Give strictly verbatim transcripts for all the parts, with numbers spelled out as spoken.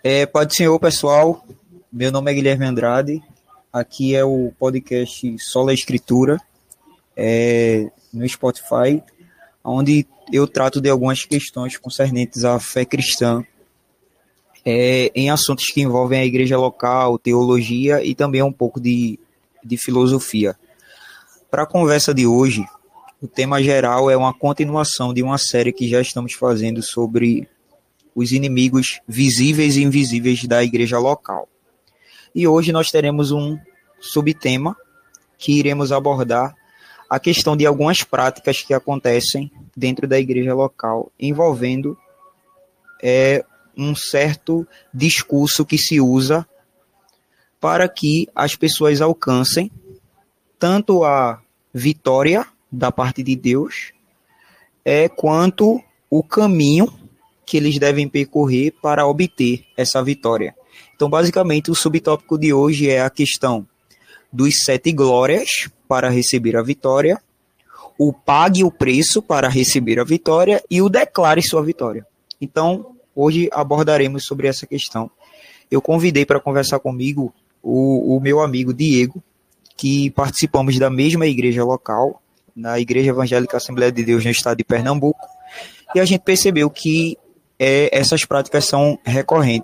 É, Pai do Senhor, pessoal. Meu nome é Guilherme Andrade. Aqui é o podcast Sola Escritura, é, no Spotify, onde eu trato de algumas questões concernentes à fé cristã, é, em assuntos que envolvem a igreja local, teologia e também um pouco de, de filosofia. Para a conversa de hoje, o tema geral é uma continuação de uma série que já estamos fazendo sobre os inimigos visíveis e invisíveis da igreja local. E hoje nós teremos um subtema que iremos abordar a questão de algumas práticas que acontecem dentro da igreja local, envolvendo é, um certo discurso que se usa para que as pessoas alcancem tanto a vitória da parte de Deus, é, quanto o caminho que eles devem percorrer para obter essa vitória. Então, basicamente, o subtópico de hoje é a questão dos sete glórias para receber a vitória, o pague o preço para receber a vitória e o declare sua vitória. Então, hoje abordaremos sobre essa questão. Eu convidei para conversar comigo o, o meu amigo Diego, que participamos da mesma igreja local, na Igreja Evangélica Assembleia de Deus no estado de Pernambuco, e a gente percebeu que é, essas práticas são recorrentes.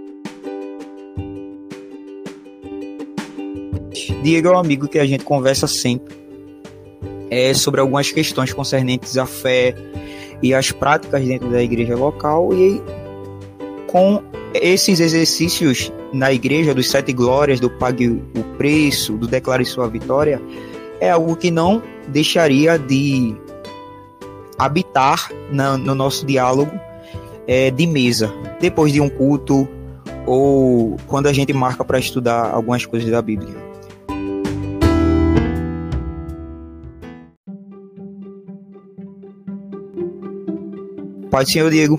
Diego é um amigo que a gente conversa sempre é, sobre algumas questões concernentes à fé e às práticas dentro da igreja local, e com esses exercícios na igreja dos sete glórias, do pague o preço, do declare sua vitória, é algo que não deixaria de habitar na, no nosso diálogo é, de mesa, depois de um culto ou quando a gente marca para estudar algumas coisas da Bíblia. Pai do Senhor, Diego.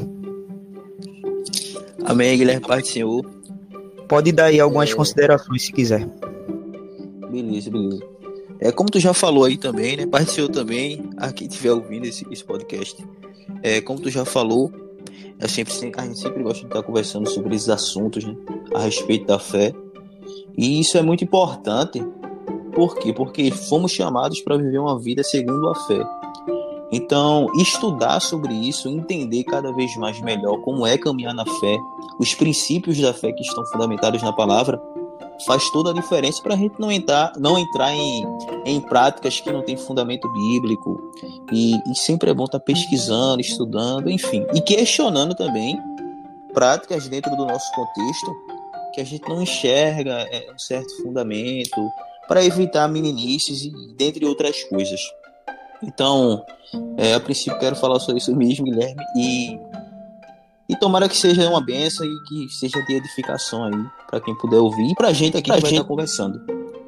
Amém, Guilherme, Pai do Senhor. Pode dar aí algumas é... considerações, se quiser. Beleza, beleza. É, como tu já falou aí também, né? Pai do Senhor também, a quem estiver ouvindo esse, esse podcast. É, como tu já falou, eu sempre, a gente sempre gosta de estar conversando sobre esses assuntos, né? A respeito da fé. E isso é muito importante. Por quê? Porque fomos chamados para viver uma vida segundo a fé. Então, estudar sobre isso, entender cada vez mais melhor como é caminhar na fé, os princípios da fé que estão fundamentados na palavra, faz toda a diferença para a gente não entrar, não entrar em, em práticas que não têm fundamento bíblico. E, e sempre é bom estar pesquisando, estudando, enfim. E questionando também práticas dentro do nosso contexto que a gente não enxerga é, um certo fundamento, para evitar meninices e dentre outras coisas. Então, é, a princípio quero falar sobre isso mesmo, Guilherme, e, e tomara que seja uma bênção e que seja de edificação aí, para quem puder ouvir, e pra gente aqui pra que gente... vai estar conversando.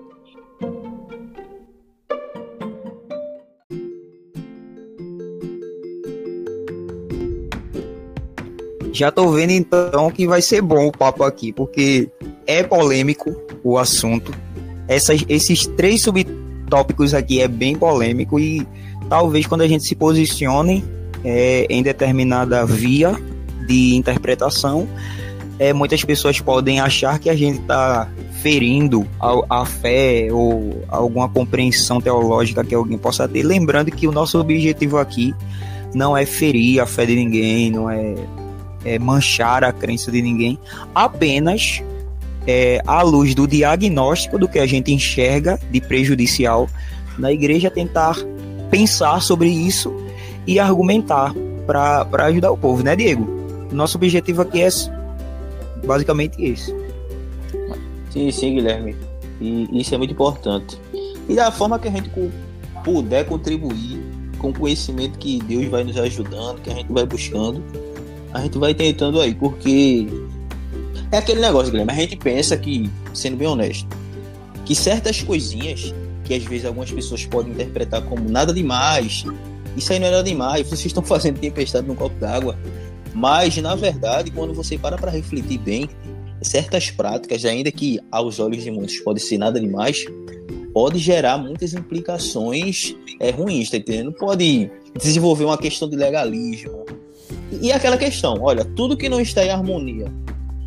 Já tô vendo então que vai ser bom o papo aqui, porque é polêmico o assunto. Essas, esses três subtópicos aqui é bem polêmico e talvez quando a gente se posicione é, em determinada via de interpretação, é, muitas pessoas podem achar que a gente está ferindo a, a fé ou alguma compreensão teológica que alguém possa ter. Lembrando que o nosso objetivo aqui não é ferir a fé de ninguém, não é, é manchar a crença de ninguém, apenas é, à luz do diagnóstico do que a gente enxerga de prejudicial na igreja, tentar pensar sobre isso e argumentar para ajudar o povo, né, Diego? Nosso objetivo aqui é basicamente esse. Sim, sim, Guilherme. E isso é muito importante. E da forma que a gente puder contribuir com o conhecimento que Deus vai nos ajudando, que a gente vai buscando, a gente vai tentando aí, porque é aquele negócio, Guilherme, a gente pensa que, sendo bem honesto, que certas coisinhas que às vezes algumas pessoas podem interpretar como nada demais, isso aí não é nada demais, vocês estão fazendo tempestade num copo d'água. Mas, na verdade, quando você para para refletir bem, certas práticas, ainda que aos olhos de muitos pode ser nada demais, pode gerar muitas implicações é, ruins, tá entendendo? Pode desenvolver uma questão de legalismo. E aquela questão, olha, tudo que não está em harmonia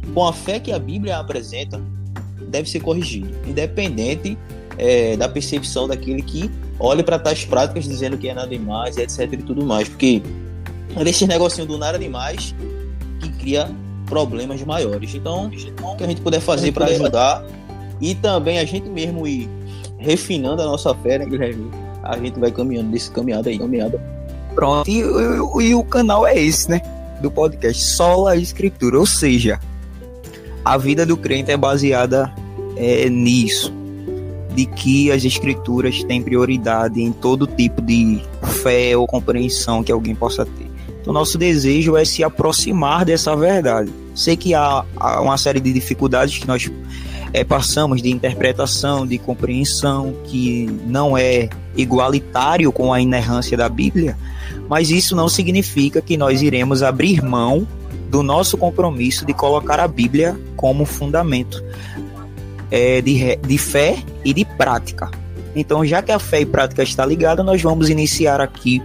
com a fé que a Bíblia apresenta, deve ser corrigido, independente é, da percepção daquele que olha para tais práticas dizendo que é nada demais, etc e tudo mais, porque é desses negocinho do nada demais que cria problemas maiores. Então, o que a gente puder fazer para ajudar e também a gente mesmo ir refinando a nossa fé, né, Guilherme? A gente vai caminhando desse caminhada aí, caminhada. Pronto, e, e, e o canal é esse, né? Do podcast Sola Escritura, ou seja, a vida do crente é baseada é, nisso, de que as escrituras têm prioridade em todo tipo de fé ou compreensão que alguém possa ter. Então, nosso desejo é se aproximar dessa verdade. Sei que há, há uma série de dificuldades que nós é, passamos de interpretação, de compreensão, que não é igualitário com a inerrância da Bíblia, mas isso não significa que nós iremos abrir mão do nosso compromisso de colocar a Bíblia como fundamento é, de, de fé e de prática. Então, já que a fé e prática está ligada, nós vamos iniciar aqui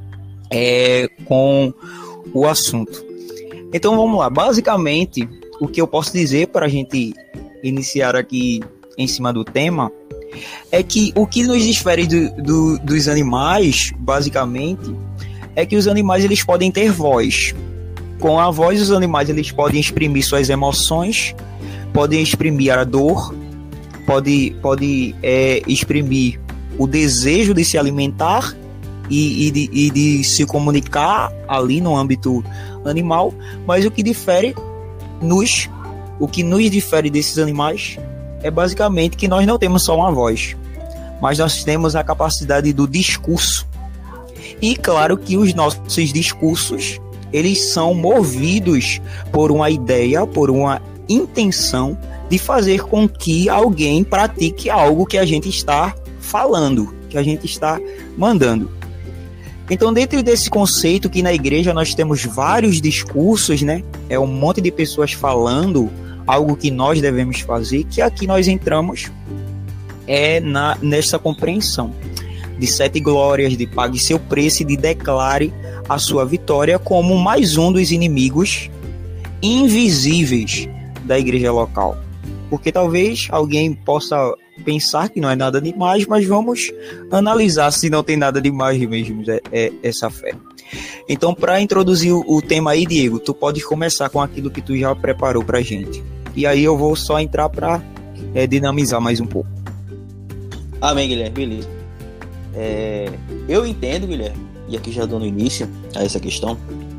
é, com o assunto. Então, vamos lá. Basicamente, o que eu posso dizer para a gente iniciar aqui em cima do tema é que o que nos difere do, do, dos animais, basicamente, é que os animais eles podem ter voz. Com a voz, os animais eles podem exprimir suas emoções, podem exprimir a dor, pode, pode é, exprimir o desejo de se alimentar e, e, de, e de se comunicar ali no âmbito animal, mas o que difere nos, o que nos difere desses animais é basicamente que nós não temos só uma voz, mas nós temos a capacidade do discurso. E claro que os nossos discursos eles são movidos por uma ideia, por uma intenção de fazer com que alguém pratique algo que a gente está falando, que a gente está mandando. Então, dentro desse conceito que na igreja nós temos vários discursos, né? É um monte de pessoas falando algo que nós devemos fazer, que aqui nós entramos é na, nessa compreensão de sete glórias, de pague seu preço e de declare a sua vitória como mais um dos inimigos invisíveis da igreja local. Porque talvez alguém possa pensar que não é nada demais, mas vamos analisar se não tem nada demais mesmo é, é, essa fé. Então, para introduzir o, o tema aí, Diego, tu pode começar com aquilo que tu já preparou pra gente. E aí eu vou só entrar para é, dinamizar mais um pouco. Amém, Guilherme, beleza. É, eu entendo, Guilherme, e aqui já dando início a essa questão,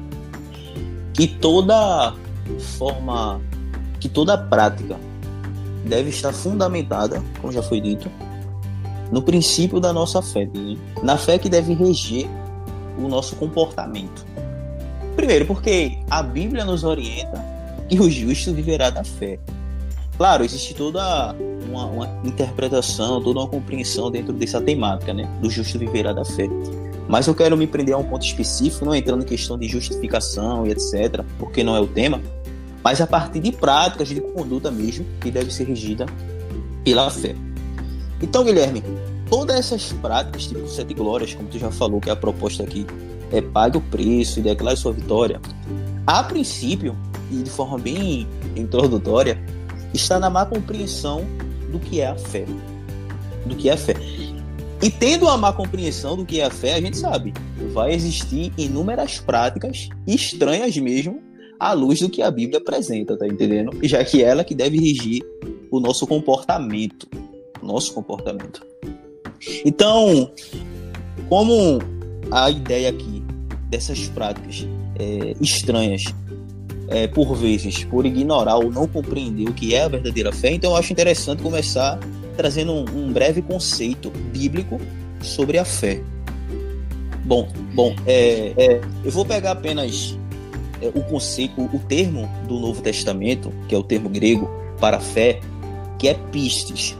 que toda forma, que toda prática deve estar fundamentada, como já foi dito, no princípio da nossa fé, né? Na fé que deve reger o nosso comportamento. Primeiro, porque a Bíblia nos orienta que o justo viverá da fé. Claro, existe toda uma, uma interpretação, toda uma compreensão dentro dessa temática, né? Do justo viverá da fé. Mas eu quero me prender a um ponto específico, não entrando em questão de justificação e etcétera, porque não é o tema, mas a partir de práticas de conduta mesmo, que deve ser regida pela fé. Então, Guilherme, todas essas práticas, tipo sete glórias, como tu já falou, que é a proposta aqui, é pague o preço e declare sua vitória, a princípio, e de forma bem introdutória, está na má compreensão do que é a fé. Do que é a fé. E tendo a má compreensão do que é a fé, a gente sabe, vai existir inúmeras práticas estranhas mesmo, à luz do que a Bíblia apresenta, tá entendendo? Já que é ela que deve regir o nosso comportamento. Nosso comportamento. Então, como a ideia aqui dessas práticas é, estranhas, é, por vezes, por ignorar ou não compreender o que é a verdadeira fé, então eu acho interessante começar trazendo um, um breve conceito bíblico sobre a fé. Bom, bom é, é, eu vou pegar apenas é, o conceito, o termo do Novo Testamento, que é o termo grego para fé, que é pistes.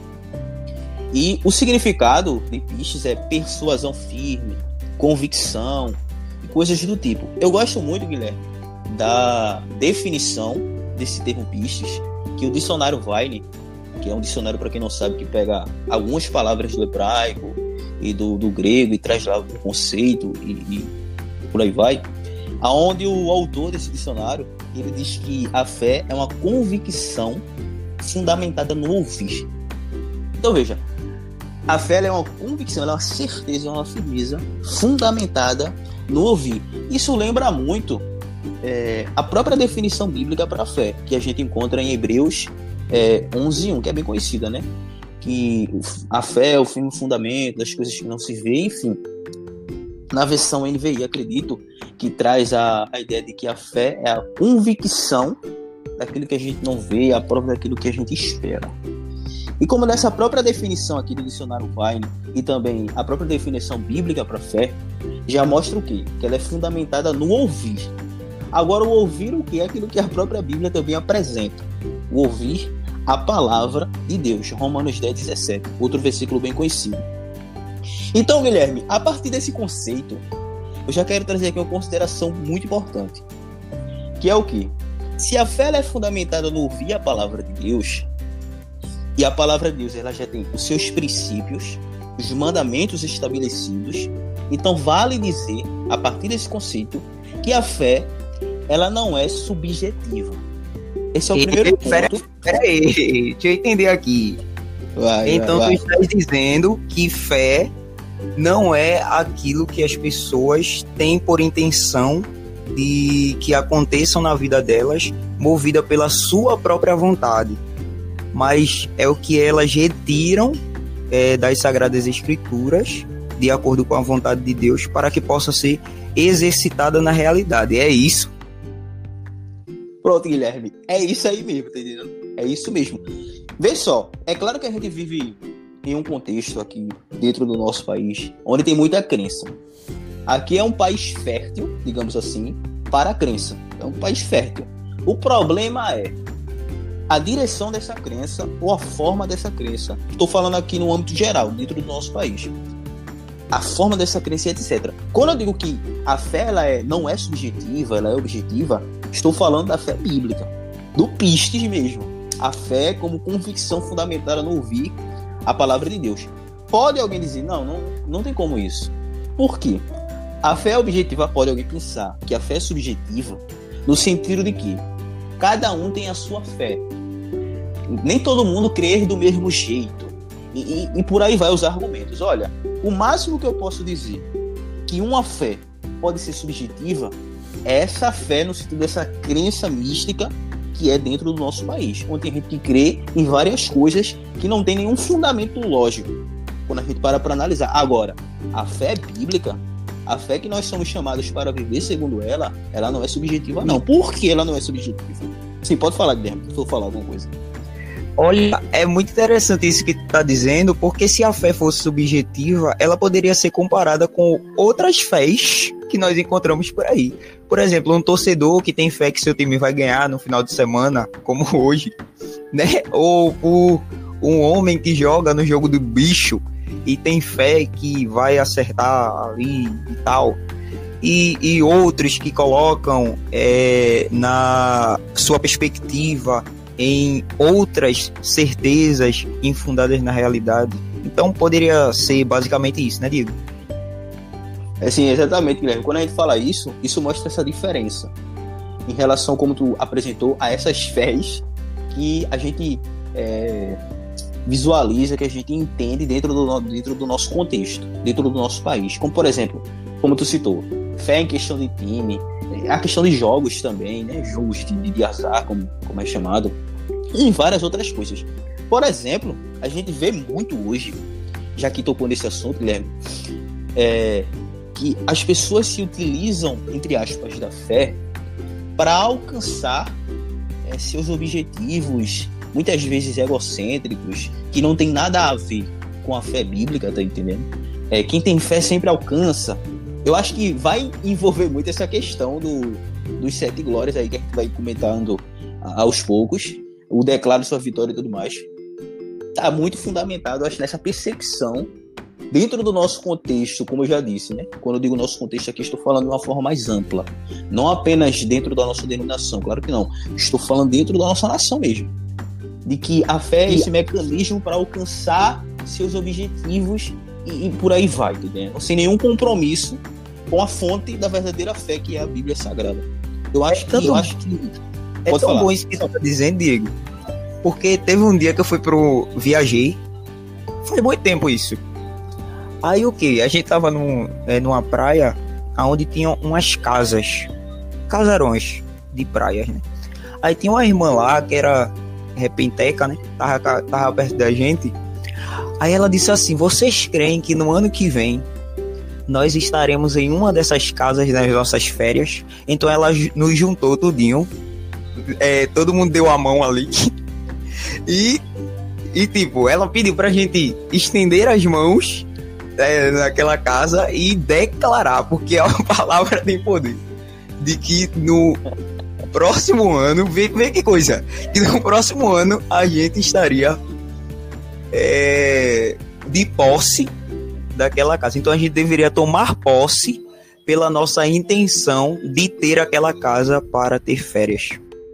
E o significado de pistes é persuasão firme, convicção e coisas do tipo. Eu gosto muito, Guilherme, da definição desse termo pistes, que o dicionário Vine, que é um dicionário, para quem não sabe, que pega algumas palavras do hebraico e do, do grego e traz lá o conceito e, e por aí vai, aonde o autor desse dicionário ele diz que a fé é uma convicção fundamentada no ouvir. Então veja, a fé ela é uma convicção, ela é uma certeza, é uma firmeza fundamentada no ouvir. Isso lembra muito é, a própria definição bíblica para a fé, que a gente encontra em Hebreus é, onze, um, que é bem conhecida, né? Que a fé é o firme fundamento das coisas que não se vê, enfim. Na versão N V I, acredito, que traz a, a ideia de que a fé é a convicção daquilo que a gente não vê, a prova daquilo que a gente espera. E como nessa própria definição aqui do dicionário Vine e também a própria definição bíblica para a fé, já mostra o quê? Que ela é fundamentada no ouvir. Agora, o ouvir o quê? É aquilo que a própria Bíblia também apresenta. O ouvir a palavra de Deus. Romanos dez, dezessete. Outro versículo bem conhecido. Então, Guilherme, a partir desse conceito, eu já quero trazer aqui uma consideração muito importante. Que é o quê? Se a fé ela é fundamentada no ouvir a palavra de Deus, e a palavra de Deus ela já tem os seus princípios, os mandamentos estabelecidos, então vale dizer, a partir desse conceito, que a fé ela não é subjetiva. Esse é o primeiro ponto. Pera, pera aí, deixa eu entender aqui. Vai, então vai, tu vai. estás dizendo que fé não é aquilo que as pessoas têm por intenção de que aconteçam na vida delas, movida pela sua própria vontade, mas é o que elas retiram é, das Sagradas Escrituras, de acordo com a vontade de Deus, para que possa ser exercitada na realidade. É isso? Pronto, Guilherme. É isso aí mesmo, tá entendendo? É isso mesmo. Vê só, é claro que a gente vive em um contexto aqui, dentro do nosso país, onde tem muita crença. Aqui é um país fértil, digamos assim, para a crença. É um país fértil. O problema é a direção dessa crença ou a forma dessa crença. Estou falando aqui no âmbito geral, dentro do nosso país. A forma dessa crença, etcétera. Quando eu digo que a fé ela é, não é subjetiva, ela é objetiva, estou falando da fé bíblica, do pistes mesmo. A fé como convicção fundamentada no ouvir a palavra de Deus. Pode alguém dizer, não, não, não tem como isso. Por quê? A fé objetiva, pode alguém pensar que a fé é subjetiva, no sentido de que cada um tem a sua fé. Nem todo mundo crê do mesmo jeito. E, e, e por aí vai os argumentos. Olha, o máximo que eu posso dizer que uma fé pode ser subjetiva é essa fé no sentido dessa crença mística que é dentro do nosso país, onde tem gente que crê em várias coisas que não tem nenhum fundamento lógico quando a gente para para analisar. Agora, a fé bíblica, a fé que nós somos chamados para viver segundo ela, ela não é subjetiva não. Por que ela não é subjetiva? Sim, pode falar, Guilherme, se eu falar alguma coisa. Olha, é muito interessante isso que tu está dizendo, porque se a fé fosse subjetiva, ela poderia ser comparada com outras fés que nós encontramos por aí. Por exemplo, um torcedor que tem fé que seu time vai ganhar no final de semana, como hoje, né? Ou por um homem que joga no jogo do bicho e tem fé que vai acertar ali e tal. E, e outros que colocam é, na sua perspectiva em outras certezas infundadas na realidade. Então poderia ser basicamente isso, né, Diego? É sim, exatamente, Guilherme. Quando a gente fala isso, isso mostra essa diferença em relação, como tu apresentou, a essas fés que a gente é, visualiza, que a gente entende dentro do, dentro do nosso contexto, dentro do nosso país. Como, por exemplo, como tu citou, fé em questão de time, a questão de jogos também, né? Jogos de, de azar, como, como é chamado, e várias outras coisas. Por exemplo, a gente vê muito hoje, já que tocou nesse assunto, Guilherme, é, que as pessoas se utilizam, entre aspas, da fé para alcançar é, seus objetivos, muitas vezes egocêntricos, que não tem nada a ver com a fé bíblica, tá entendendo? É, quem tem fé sempre alcança. Eu acho que vai envolver muito essa questão do, dos sete glórias aí que a gente vai comentando aos poucos, o declaro sua vitória e tudo mais. Tá muito fundamentado, eu acho, nessa percepção dentro do nosso contexto, como eu já disse, né? Quando eu digo nosso contexto aqui, estou falando de uma forma mais ampla. Não apenas dentro da nossa denominação, claro que não. Estou falando dentro da nossa nação mesmo. De que a fé é esse mecanismo para alcançar seus objetivos e, e por aí vai, entendeu? Sem nenhum compromisso com a fonte da verdadeira fé, que é a Bíblia Sagrada. Eu acho é que. tanto, Eu acho que é pode tão falar. bom isso que você tá dizendo, Diego. Porque teve um dia que eu fui pro. Viajei. Faz muito tempo isso. Aí o que? A gente tava num, é, numa praia onde tinham umas casas. Casarões de praias, né? Aí tinha uma irmã lá que era repenteca, né? Tava, tava perto da gente. Aí ela disse assim: vocês creem que no ano que vem nós estaremos em uma dessas casas nas nossas férias? Então ela nos juntou tudinho. É, todo mundo deu a mão ali. E, e tipo, ela pediu pra gente estender as mãos é, naquela casa e declarar, porque a palavra tem poder, de que no próximo ano, vê, vê que coisa, que no próximo ano a gente estaria é, de posse daquela casa. Então a gente deveria tomar posse pela nossa intenção de ter aquela casa para ter férias.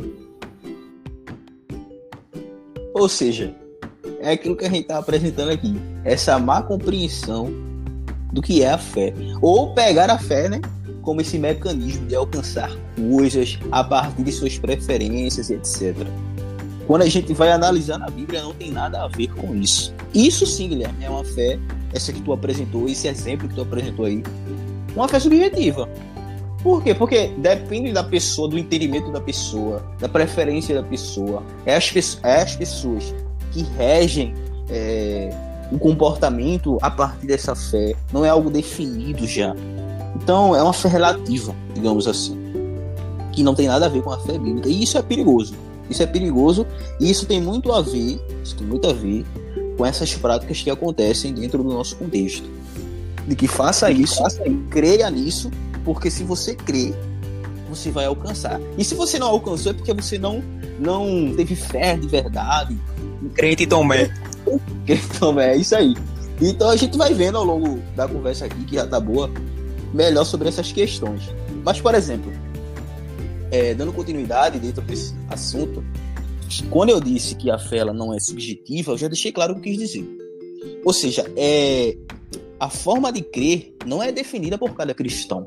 Ou seja, é aquilo que a gente está apresentando aqui. Essa má compreensão do que é a fé. Ou pegar a fé, né, como esse mecanismo de alcançar coisas a partir de suas preferências, etcétera. Quando a gente vai analisar na Bíblia, não tem nada a ver com isso. Isso sim, Guilherme, é uma fé, essa que tu apresentou, esse exemplo que tu apresentou aí, uma fé subjetiva. Por quê? Porque depende da pessoa, do entendimento da pessoa, da preferência da pessoa. É as, é as pessoas que regem é, o comportamento a partir dessa fé. Não é algo definido já. Então, é uma fé relativa, digamos assim, que não tem nada a ver com a fé bíblica. E isso é perigoso. Isso é perigoso e isso tem muito a ver, isso tem muito a ver com essas práticas que acontecem dentro do nosso contexto. De que faça isso, faça isso, creia nisso, porque se você crê, você vai alcançar. E se você não alcançou, é porque você não, não teve fé de verdade. Crente Tomé. Crente Tomé, é isso aí. Então a gente vai vendo ao longo da conversa aqui, que já tá boa, melhor sobre essas questões. Mas, por exemplo, é, dando continuidade dentro desse assunto, quando eu disse que a fé ela não é subjetiva, eu já deixei claro o que eu quis dizer. Ou seja, é... a forma de crer não é definida por cada cristão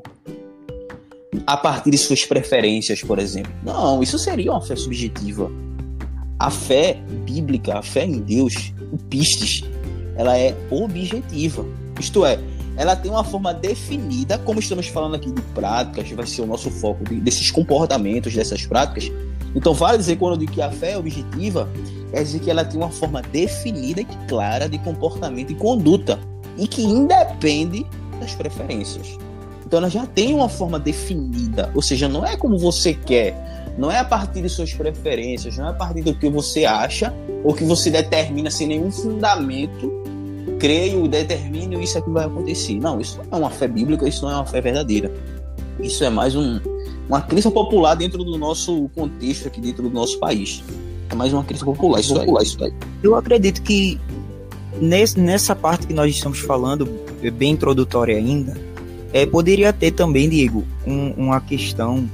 a partir de suas preferências, por exemplo. Não, isso seria uma fé subjetiva. A fé bíblica, a fé em Deus, o pistis, ela é objetiva. Isto é, ela tem uma forma definida, como estamos falando aqui de práticas, vai ser o nosso foco de, desses comportamentos, dessas práticas. Então, vale dizer, quando eu digo que a fé é objetiva, quer dizer que ela tem uma forma definida e clara de comportamento e conduta, e que independe das preferências. Então ela já tem uma forma definida, ou seja, não é como você quer, não é a partir de suas preferências, não é a partir do que você acha ou que você determina sem nenhum fundamento, creio, determino, isso é que vai acontecer. Não, isso não é uma fé bíblica, isso não é uma fé verdadeira. Isso é mais um, uma crença popular dentro do nosso contexto aqui, dentro do nosso país. É mais uma crença popular, isso popular, aí. Isso aí. Eu acredito que Nesse, nessa parte que nós estamos falando, bem introdutória ainda, é, poderia ter também, Diego, um, uma questão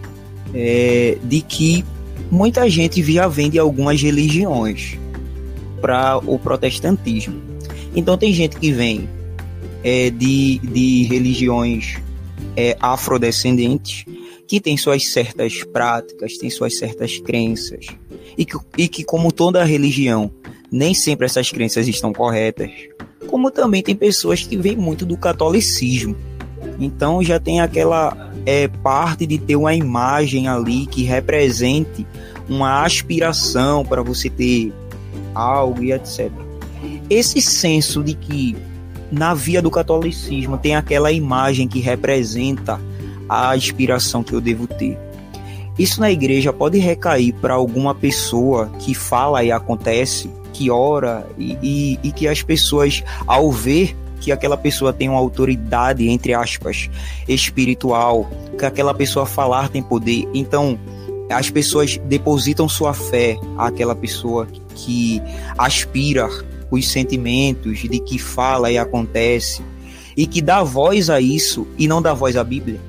é, de que muita gente já vem de algumas religiões para o protestantismo. Então tem gente que vem é, de, de religiões é, afrodescendentes, que tem suas certas práticas, tem suas certas crenças, e que, e que como toda religião, nem sempre essas crenças estão corretas, como também tem pessoas que vêm muito do catolicismo. Então já tem aquela é, parte de ter uma imagem ali que represente uma aspiração para você ter algo e etcétera. Esse senso de que na via do catolicismo tem aquela imagem que representa a aspiração que eu devo ter. Isso na igreja pode recair para alguma pessoa que fala e acontece, que ora, e, e, e que as pessoas, ao ver que aquela pessoa tem uma autoridade, entre aspas, espiritual, que aquela pessoa falar tem poder, então as pessoas depositam sua fé àquela pessoa que aspira os sentimentos, de que fala e acontece, e que dá voz a isso e não dá voz à Bíblia.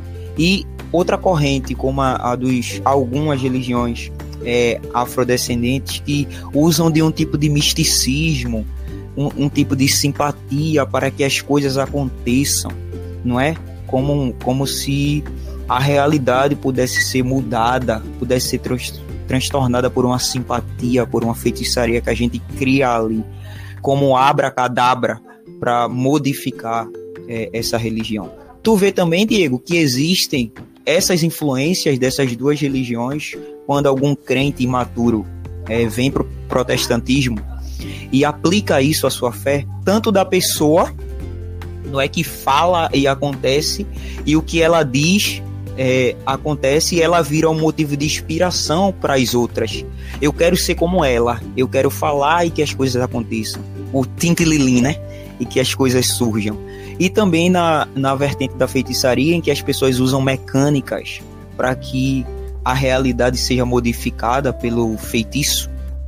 E outra corrente, como a, a dos algumas religiões é, afrodescendentes, que usam de um tipo de misticismo, um, um tipo de simpatia para que as coisas aconteçam, não é? Como, como se a realidade pudesse ser mudada, pudesse ser trans- transtornada por uma simpatia, por uma feitiçaria que a gente cria ali, como um abracadabra, para modificar é, essa religião. Tu vê também, Diego, que existem essas influências dessas duas religiões quando algum crente imaturo é, vem para o protestantismo e aplica isso à sua fé, tanto da pessoa, não é, que fala e acontece, e o que ela diz é, acontece, e ela vira um motivo de inspiração para as outras. Eu quero ser como ela, eu quero falar e que as coisas aconteçam. O tintililim, né? E que as coisas surjam. E também na, na vertente da feitiçaria, em que as pessoas usam mecânicas para que a realidade seja modificada pelo feitiço.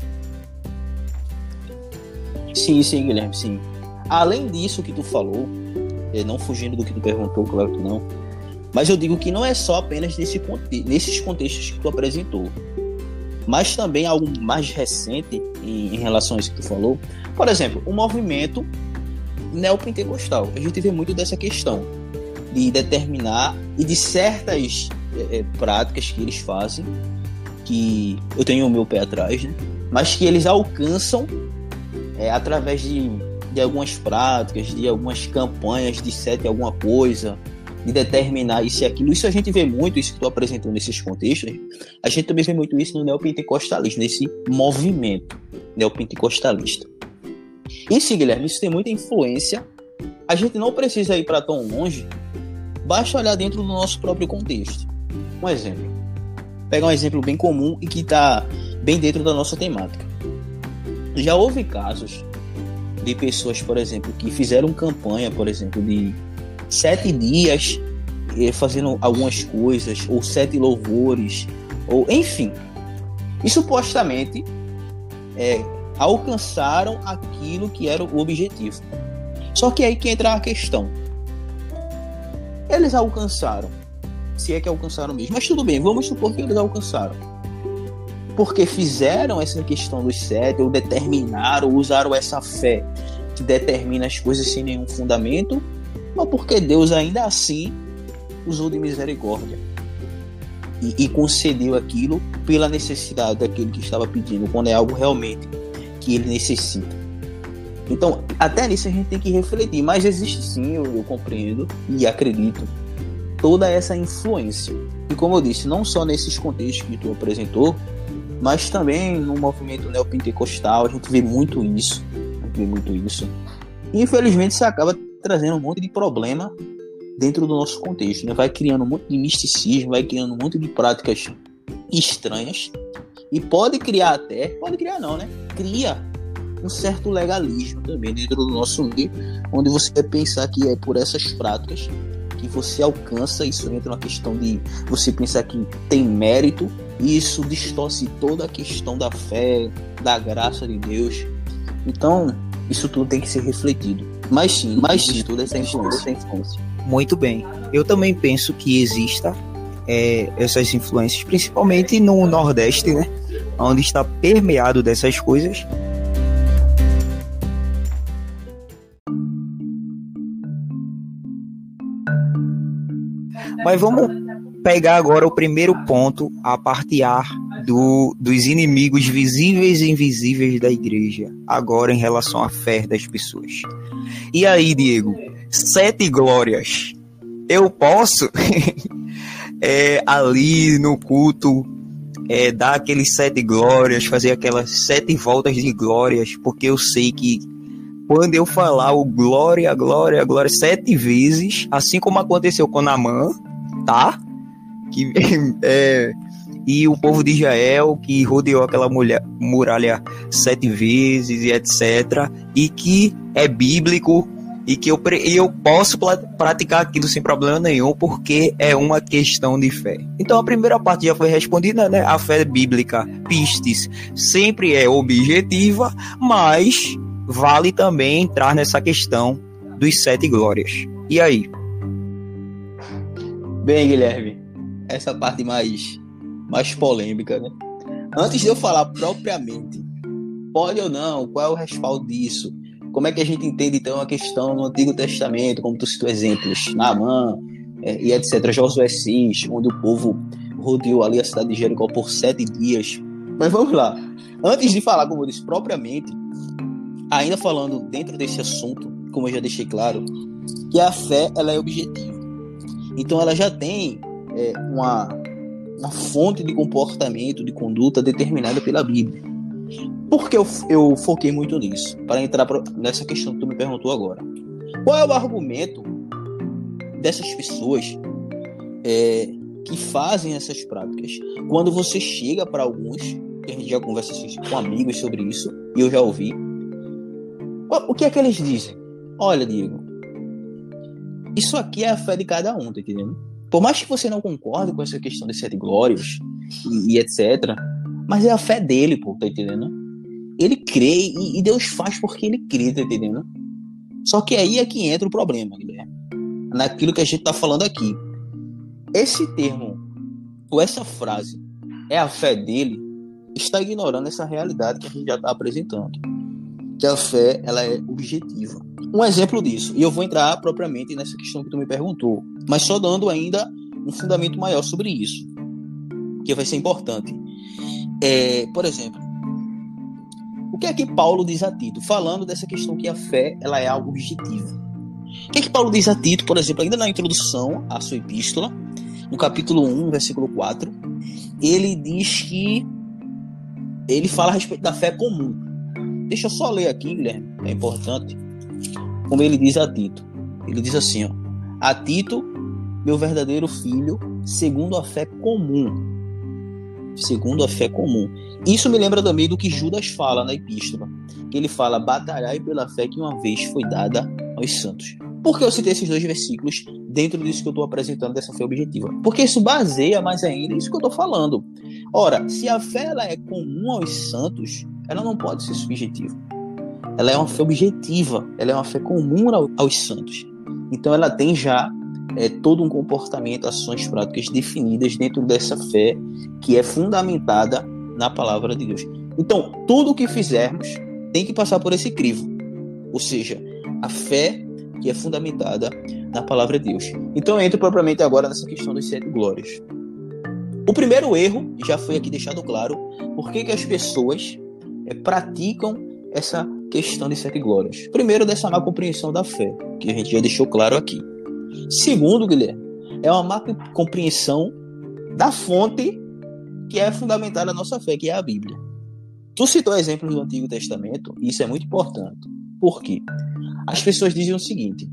Sim, sim, Guilherme, sim. Além disso que tu falou, não fugindo do que tu perguntou, claro que não, mas eu digo que não é só apenas nesse conte- nesses contextos que tu apresentou, mas também algo mais recente em, em relação a isso que tu falou. Por exemplo, o movimento neopentecostal. A gente vê muito dessa questão de determinar e de certas é, práticas que eles fazem, que eu tenho o meu pé atrás, né? Mas que eles alcançam é, através de, de algumas práticas, de algumas campanhas de sete alguma coisa, de determinar isso e aquilo. Isso a gente vê muito, isso que tu apresentou nesses contextos, a gente também vê muito isso no neopentecostalismo, nesse movimento neopentecostalista. Isso, Guilherme, isso tem muita influência. A gente não precisa ir para tão longe, basta olhar dentro do nosso próprio contexto. Um exemplo, pegar um exemplo bem comum e que está bem dentro da nossa temática. Já houve casos de pessoas, por exemplo, que fizeram campanha, por exemplo, de sete dias fazendo algumas coisas, ou sete louvores, ou enfim, e supostamente é, alcançaram aquilo que era o objetivo. Só que aí que entra a questão. Eles alcançaram, se é que alcançaram mesmo, mas tudo bem, vamos supor que eles alcançaram, porque fizeram essa questão dos sete, ou determinaram, ou usaram essa fé que determina as coisas sem nenhum fundamento, ou porque Deus ainda assim usou de misericórdia e, e concedeu aquilo pela necessidade daquele que estava pedindo, quando é algo realmente que ele necessita. Então, até nisso a gente tem que refletir, mas existe sim, eu, eu compreendo e acredito, toda essa influência. E como eu disse, não só nesses contextos que tu apresentou, mas também no movimento neopentecostal, a gente vê muito isso, a gente vê muito isso. E infelizmente isso acaba trazendo um monte de problema dentro do nosso contexto, né? Vai criando um monte de misticismo, vai criando um monte de práticas estranhas, e pode criar até, pode criar não, né? Cria um certo legalismo também dentro do nosso meio, onde você vai pensar que é por essas práticas que você alcança. Isso entra na questão de você pensar que tem mérito, e isso distorce toda a questão da fé, da graça de Deus. Então, isso tudo tem que ser refletido. Mas sim, mas sim, tudo essa influência. Muito bem. Eu também penso que exista é, essas influências, principalmente no Nordeste, né? Onde está permeado dessas coisas. Mas vamos pegar agora o primeiro ponto, a parte A do, dos inimigos visíveis e invisíveis da igreja, agora em relação à fé das pessoas. E aí, Diego, sete glórias. Eu posso, é, ali no culto, é, dar aqueles sete glórias, fazer aquelas sete voltas de glórias, porque eu sei que quando eu falar o glória, glória, glória sete vezes, assim como aconteceu com Naamã, tá? Que, é, e o povo de Israel que rodeou aquela mulher, muralha sete vezes e etcétera. E que é bíblico e que eu, eu posso praticar aquilo sem problema nenhum, porque é uma questão de fé. Então a primeira parte já foi respondida, né? A fé bíblica, pistis, sempre é objetiva, mas vale também entrar nessa questão dos sete glórias. E aí? Bem, Guilherme, essa parte mais, mais polêmica, né? Antes de eu falar propriamente, pode ou não, qual é o respaldo disso? Como é que a gente entende, então, a questão no Antigo Testamento, como tu citou exemplos, Naamã, é, e etcétera. Josué seis, onde o povo rodeou ali a cidade de Jericó por sete dias. Mas vamos lá. Antes de falar, como eu disse, propriamente, ainda falando dentro desse assunto, como eu já deixei claro, que a fé ela é objetiva. Então ela já tem é, uma, uma fonte de comportamento, de conduta determinada pela Bíblia. Por que eu, eu foquei muito nisso? Para entrar nessa questão que tu me perguntou agora. Qual é o argumento dessas pessoas é, que fazem essas práticas? Quando você chega para alguns, que a gente já conversa com amigos sobre isso, e eu já ouvi, o que é que eles dizem? Olha, Diego, isso aqui é a fé de cada um, tá entendendo? Por mais que você não concorde com essa questão de sete glórias e, e etcétera, mas é a fé dele, pô, tá entendendo? Ele crê e, e Deus faz porque ele crê, tá entendendo? Só que aí é que entra o problema, Guilherme. Naquilo que a gente tá falando aqui. Esse termo, ou essa frase, é a fé dele, está ignorando essa realidade que a gente já está apresentando. Que a fé, ela é objetiva. Um exemplo disso, e eu vou entrar propriamente nessa questão que tu me perguntou, mas só dando ainda um fundamento maior sobre isso, que vai ser importante. É, por exemplo, o que é que Paulo diz a Tito, falando dessa questão que a fé ela é algo objetivo? O que é que Paulo diz a Tito, por exemplo, ainda na introdução à sua epístola, no capítulo um, versículo quatro, ele diz que ele fala a respeito da fé comum. Deixa eu só ler aqui, Guilherme, é importante. Como ele diz a Tito. Ele diz assim, ó: a Tito, meu verdadeiro filho, segundo a fé comum. Segundo a fé comum. Isso me lembra também do que Judas fala na epístola. Que ele fala: batalhai pela fé que uma vez foi dada aos santos. Por que eu citei esses dois versículos dentro disso que eu estou apresentando, dessa fé objetiva? Porque isso baseia mais ainda isso que eu estou falando. Ora, se a fé ela é comum aos santos, ela não pode ser subjetiva. Ela é uma fé objetiva, ela é uma fé comum aos santos. Então ela tem já é, todo um comportamento, ações práticas definidas dentro dessa fé que é fundamentada na palavra de Deus. Então, tudo o que fizermos tem que passar por esse crivo. Ou seja, a fé que é fundamentada na palavra de Deus. Então eu entro propriamente agora nessa questão das sete glórias. O primeiro erro, já foi aqui deixado claro, por que que as pessoas é, praticam essa questão de sete glórias. Primeiro, dessa má compreensão da fé, que a gente já deixou claro aqui. Segundo, Guilherme, é uma má compreensão da fonte que é fundamentada na nossa fé, que é a Bíblia. Tu citou exemplos do Antigo Testamento, e isso é muito importante. Por quê? As pessoas dizem o seguinte,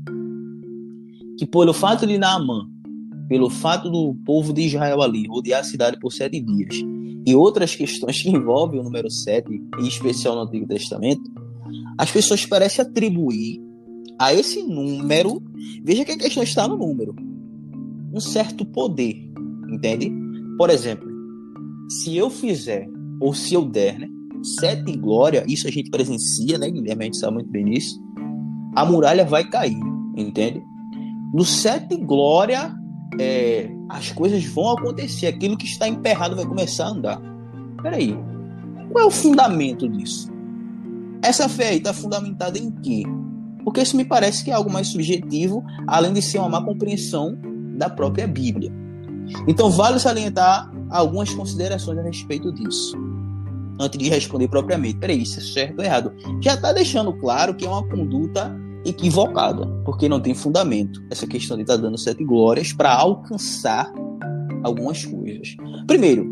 que pelo fato de Naamã, pelo fato do povo de Israel ali rodear a cidade por sete dias, e outras questões que envolvem o número sete, em especial no Antigo Testamento, as pessoas parecem atribuir a esse número, veja que a questão está no número, um certo poder, entende? Por exemplo, se eu fizer, ou se eu der, né, sete glória, isso a gente presencia, né, Guilherme? A gente sabe muito bem disso. A muralha vai cair, entende? No sete glória, é, as coisas vão acontecer. Aquilo que está emperrado vai começar a andar. Peraí, qual é o fundamento disso? Essa fé aí está fundamentada em quê? Porque isso me parece que é algo mais subjetivo, além de ser uma má compreensão da própria Bíblia. Então vale salientar algumas considerações a respeito disso, antes de responder propriamente. Peraí, isso é certo ou errado? Já está deixando claro que é uma conduta equivocada, porque não tem fundamento. Essa questão de estar tá dando sete glórias para alcançar algumas coisas. Primeiro,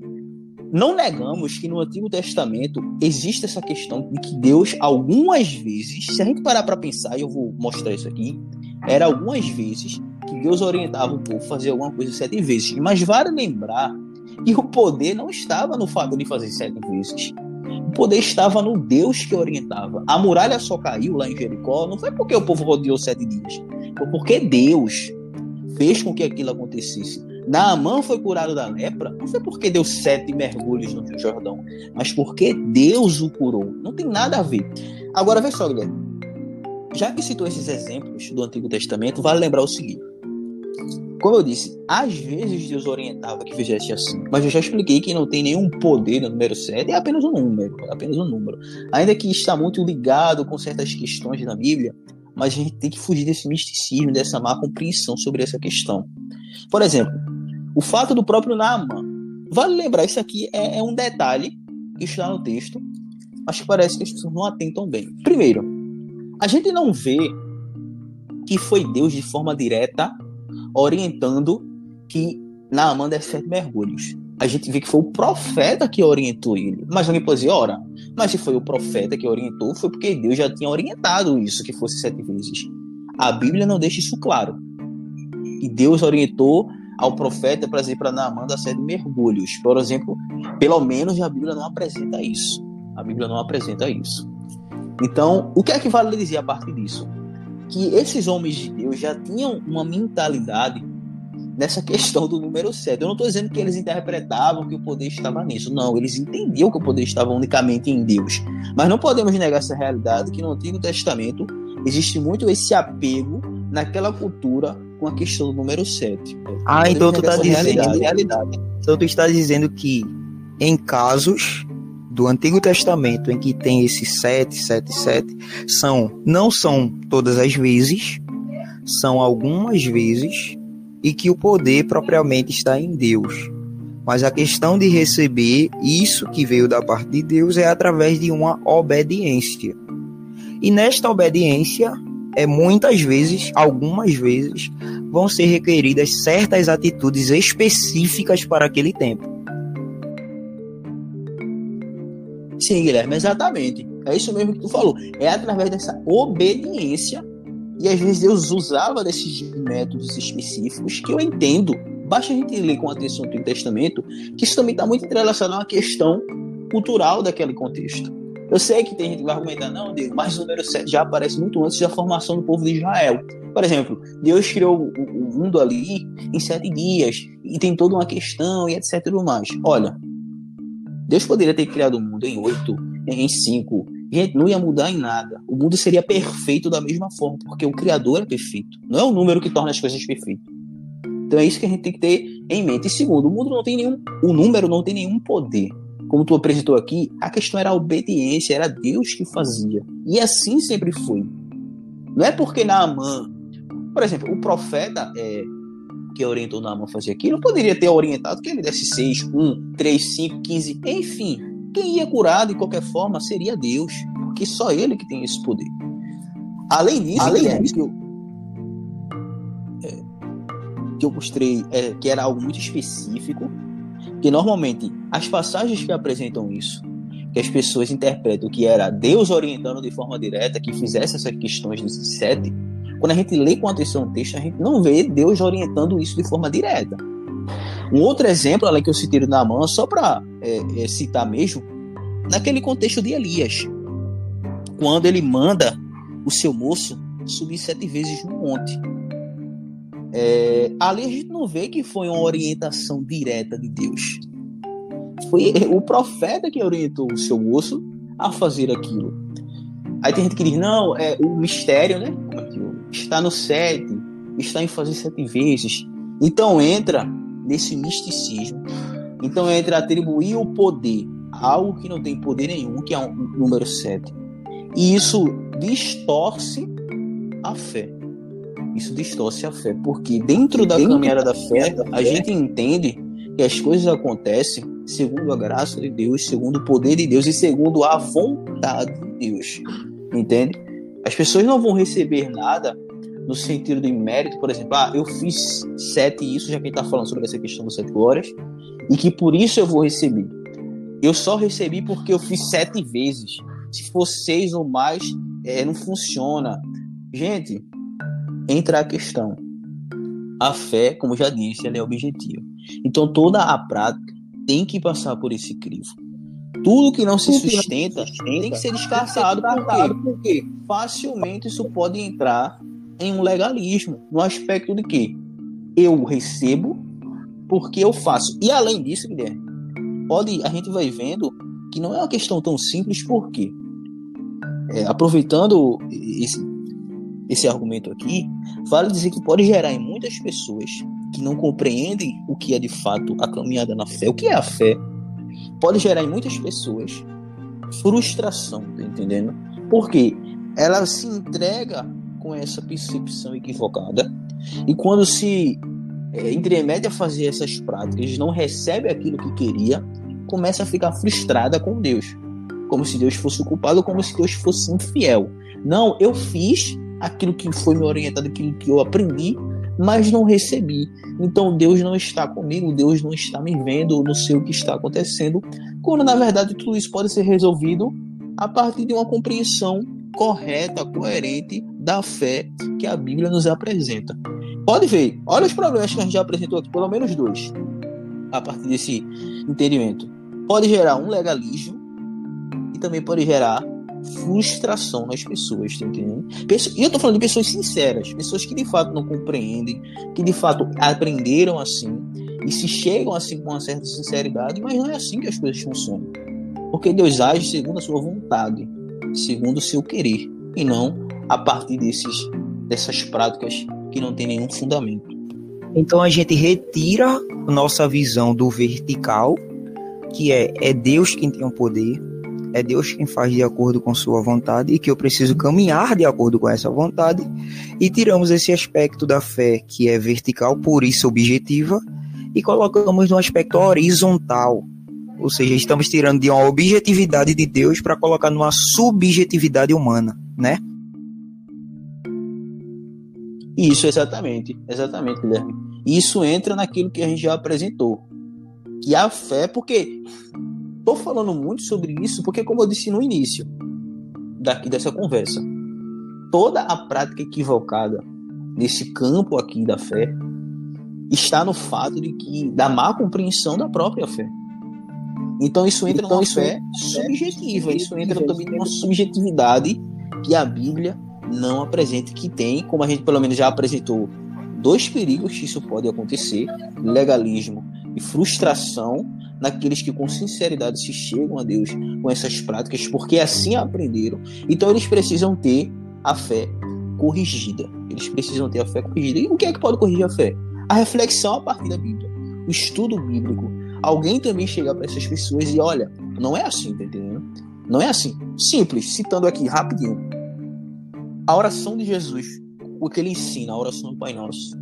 não negamos que no Antigo Testamento existe essa questão de que Deus, algumas vezes, se a gente parar para pensar, e eu vou mostrar isso aqui, era algumas vezes que Deus orientava o povo a fazer alguma coisa sete vezes. Mas vale lembrar que o poder não estava no fato de fazer sete vezes. O poder estava no Deus que orientava. A muralha só caiu lá em Jericó, não foi porque o povo rodeou sete dias. Foi porque Deus fez com que aquilo acontecesse. Naamã foi curado da lepra, não foi porque deu sete mergulhos no Rio Jordão, mas porque Deus o curou. Não tem nada a ver. Agora, vê só, Guilherme. Já que citou esses exemplos do Antigo Testamento, vale lembrar o seguinte. Como eu disse, às vezes Deus orientava que fizesse assim, mas eu já expliquei que não tem nenhum poder no número sete, é apenas um número, é apenas um número. Ainda que está muito ligado com certas questões na Bíblia, mas a gente tem que fugir desse misticismo, dessa má compreensão sobre essa questão. Por exemplo, o fato do próprio Naamã. Vale lembrar, isso aqui é, é um detalhe que está no texto, mas que parece que as pessoas não atentam bem. Primeiro, a gente não vê que foi Deus de forma direta orientando que Naamã desse sete mergulhos. A gente vê que foi o profeta que orientou ele. Mas alguém pode dizer, ora, mas se foi o profeta que orientou, foi porque Deus já tinha orientado isso, que fosse sete vezes. A Bíblia não deixa isso claro. E Deus orientou ao profeta para dizer para Naamã dar sete mergulhos. Por exemplo, pelo menos a Bíblia não apresenta isso. A Bíblia não apresenta isso. Então, o que é que vale dizer a partir disso? Que esses homens de Deus já tinham uma mentalidade nessa questão do número sete. Eu não estou dizendo que eles interpretavam que o poder estava nisso. Não, eles entendiam que o poder estava unicamente em Deus. Mas não podemos negar essa realidade que no Antigo Testamento existe muito esse apego naquela cultura com a questão do número sete. Ah, então tu está dizendo, realidade. Então tu está dizendo que em casos do Antigo Testamento em que tem esse sete, sete, sete, são, não são todas as vezes, são algumas vezes, e que o poder propriamente está em Deus. Mas a questão de receber isso que veio da parte de Deus é através de uma obediência. E nesta obediência, é muitas vezes, algumas vezes, vão ser requeridas certas atitudes específicas para aquele tempo. Sim, Guilherme, exatamente. É isso mesmo que tu falou. É através dessa obediência, e às vezes Deus usava desses métodos específicos, que eu entendo. Basta a gente ler com atenção o Antigo Testamento, que isso também está muito entrelaçado a uma questão cultural daquele contexto. Eu sei que tem gente que vai argumentar, não, Deus, mas o número sete já aparece muito antes da formação do povo de Israel. Por exemplo, Deus criou o, o mundo ali em sete dias, e tem toda uma questão, e etc e tudo mais. Olha, Deus poderia ter criado o mundo em oito, em cinco. Gente, não ia mudar em nada. O mundo seria perfeito da mesma forma, porque o Criador é perfeito. Não é o número que torna as coisas perfeitas. Então é isso que a gente tem que ter em mente. E segundo, o mundo não tem nenhum, o número não tem nenhum poder. Como tu apresentou aqui, a questão era a obediência, era Deus que fazia. E assim sempre foi. Não é porque Naamã, por exemplo, o profeta é, que orientou Naamã a fazer aquilo, poderia ter orientado que ele desse seis, um, três, cinco, quinze, enfim. Quem ia curar de qualquer forma seria Deus, porque só Ele que tem esse poder. Além disso, Além disso que, eu, é, que eu mostrei é, que era algo muito específico, que normalmente as passagens que apresentam isso, que as pessoas interpretam que era Deus orientando de forma direta, que fizesse essas questões dos sete, quando a gente lê com atenção o texto, a gente não vê Deus orientando isso de forma direta. Um outro exemplo, além que eu citei na mão, só para é, é, citar mesmo, naquele contexto de Elias, quando ele manda o seu moço subir sete vezes no monte. É, ali a gente não vê que foi uma orientação direta de Deus. Foi o profeta que orientou o seu moço a fazer aquilo. Aí tem gente que diz, não, é o mistério, né? Está no sete, está em fazer sete vezes. Então entra nesse misticismo. Então entra atribuir o poder a algo que não tem poder nenhum, que é um número sete. E isso distorce a fé. Isso distorce a fé, porque dentro da dentro caminhada da fé, da fé, a gente entende que as coisas acontecem segundo a graça de Deus, segundo o poder de Deus e segundo a vontade de Deus. Entende? As pessoas não vão receber nada no sentido de mérito, por exemplo, ah, eu fiz sete isso, já que a gente está falando sobre essa questão das sete glórias, e que por isso eu vou receber. Eu só recebi porque eu fiz sete vezes. Se for seis ou mais, é, não funciona. Gente, entra a questão. A fé, como já disse, ela é objetiva. Então toda a prática tem que passar por esse crivo. Tudo que não se sustenta tem que ser descartado, porque, porque facilmente isso pode entrar em um legalismo, no aspecto de que eu recebo porque eu faço. E além disso, Guilherme, pode, a gente vai vendo que não é uma questão tão simples, porque é, aproveitando esse, esse argumento aqui, vale dizer que pode gerar em muitas pessoas que não compreendem o que é de fato a caminhada na fé, o que é a fé, pode gerar em muitas pessoas frustração, tá entendendo? Porque ela se entrega com essa percepção equivocada, e quando se é, entremete a fazer essas práticas, não recebe aquilo que queria, começa a ficar frustrada com Deus, como se Deus fosse o culpado, como se Deus fosse infiel. Não, eu fiz aquilo que foi me orientado, aquilo que eu aprendi, mas não recebi. Então Deus não está comigo, Deus não está me vendo, não sei o que está acontecendo, quando na verdade tudo isso pode ser resolvido a partir de uma compreensão correta, coerente da fé que a Bíblia nos apresenta. Pode ver, olha os problemas que a gente já apresentou aqui, pelo menos dois, a partir desse entendimento. Pode gerar um legalismo e também pode gerar frustração nas pessoas, tá entendendo? E eu tô falando de pessoas sinceras, pessoas que de fato não compreendem, que de fato aprenderam assim e se chegam assim com uma certa sinceridade, mas não é assim que as coisas funcionam. Porque Deus age segundo a sua vontade, segundo o seu querer, e não a partir desses, dessas práticas que não tem nenhum fundamento. Então a gente retira nossa visão do vertical, que é, é Deus quem tem o poder, é Deus quem faz de acordo com sua vontade e que eu preciso caminhar de acordo com essa vontade, e tiramos esse aspecto da fé que é vertical, por isso objetiva, e colocamos no aspecto horizontal, ou seja, estamos tirando de uma objetividade de Deus para colocar numa subjetividade humana, né? Isso, exatamente, exatamente, Guilherme. Isso entra naquilo que a gente já apresentou, que a fé, porque estou falando muito sobre isso porque, como eu disse no início daqui dessa conversa, toda a prática equivocada nesse campo aqui da fé está no fato de que da má compreensão da própria fé. Então isso entra então, numa isso fé subjetiva, isso entra também numa subjetividade que a Bíblia não apresenta, que tem, como a gente pelo menos já apresentou, dois perigos que isso pode acontecer: legalismo e frustração naqueles que com sinceridade se chegam a Deus com essas práticas, porque assim aprenderam. Então eles precisam ter a fé corrigida. Eles precisam ter a fé corrigida. E o que é que pode corrigir a fé? A reflexão a partir da Bíblia, o estudo bíblico. Alguém também chegar para essas pessoas e olha, não é assim, tá entendendo? Não é assim. Simples, citando aqui rapidinho. A oração de Jesus, o que ele ensina, a oração do Pai Nosso.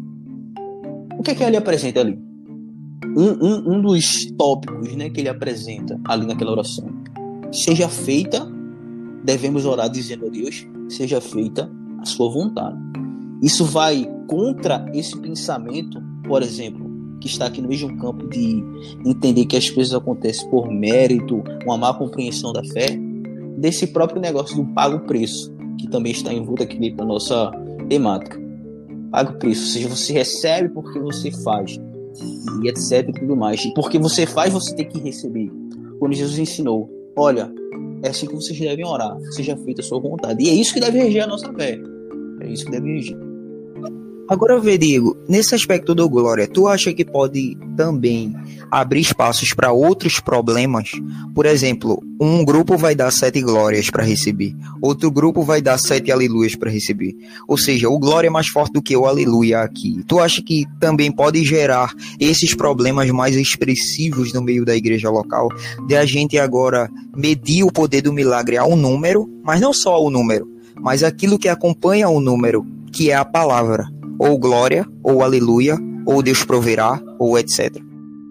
O que é que ele apresenta ali? Um, um, um dos tópicos, né, que ele apresenta ali naquela oração: seja feita, devemos orar dizendo a Deus, seja feita a sua vontade. Isso vai contra esse pensamento, por exemplo, que está aqui no mesmo campo de entender que as coisas acontecem por mérito, uma má compreensão da fé, desse próprio negócio do pago preço, que também está envolto aqui na nossa temática. Paga o preço, ou seja, você recebe porque você faz, e etc e tudo mais. E porque você faz, você tem que receber. Quando Jesus ensinou, olha, é assim que vocês devem orar, seja feita a sua vontade. E é isso que deve reger a nossa fé. É isso que deve reger. Agora vê, Diego, nesse aspecto do glória, tu acha que pode também abrir espaços para outros problemas? Por exemplo, um grupo vai dar sete glórias para receber, outro grupo vai dar sete aleluias para receber. Ou seja, o glória é mais forte do que o aleluia aqui. Tu acha que também pode gerar esses problemas mais expressivos no meio da igreja local, de a gente agora medir o poder do milagre ao número, mas não só ao número, mas aquilo que acompanha o número, que é a palavra? Ou glória, ou aleluia, ou Deus proverá, ou etcétera.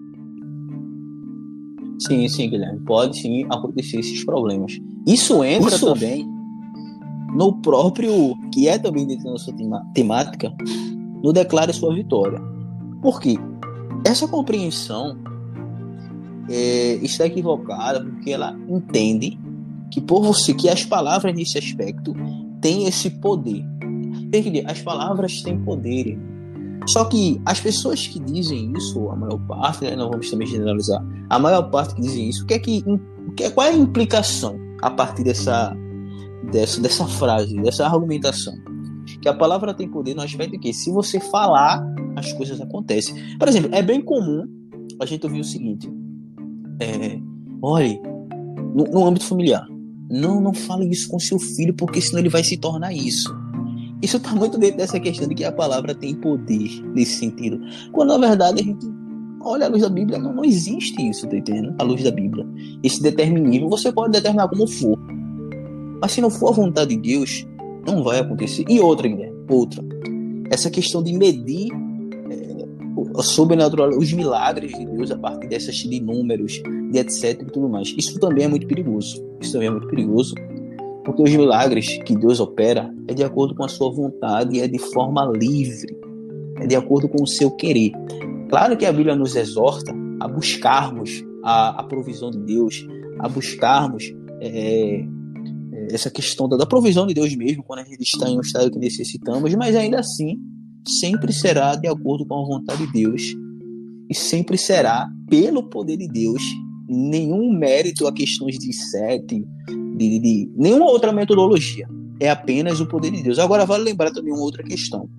Sim, sim, Guilherme. Pode sim acontecer esses problemas. Isso entra Isso. também no próprio, que é também dentro da nossa temática, no Declare Sua Vitória. Por quê? Essa compreensão é, está equivocada porque ela entende que por você, que as palavras nesse aspecto têm esse poder. Tem que dizer, as palavras têm poder. Só que as pessoas que dizem isso, a maior parte, né, não vamos também generalizar, a maior parte que dizem isso, o que é que, qual é a implicação a partir dessa, dessa, dessa frase, dessa argumentação? Que a palavra tem poder no aspecto de que, se você falar, as coisas acontecem. Por exemplo, é bem comum a gente ouvir o seguinte: é, olha, no, no âmbito familiar, não, não fale isso com seu filho, porque senão ele vai se tornar isso. Isso está muito dentro dessa questão de que a palavra tem poder nesse sentido. Quando, na verdade, a gente olha a luz da Bíblia, não, não existe isso, tá entendendo? A luz da Bíblia. Esse determinismo, você pode determinar como for. Mas se não for a vontade de Deus, Não vai acontecer. E outra, Guilherme, outra. Essa questão de medir é, o sobrenatural, os milagres de Deus a partir dessas de números, de etc e tudo mais. Isso também é muito perigoso. Isso também é muito perigoso, porque os milagres que Deus opera é de acordo com a sua vontade, é de forma livre, é de acordo com o seu querer. Claro que a Bíblia nos exorta a buscarmos a, a provisão de Deus, a buscarmos é, essa questão da, da provisão de Deus mesmo, quando a gente está em um estado que necessitamos, mas ainda assim, sempre será de acordo com a vontade de Deus, e sempre será pelo poder de Deus, nenhum mérito a questões de sete, de, de, de nenhuma outra metodologia, é apenas o poder de Deus. Agora vale lembrar também uma outra questão.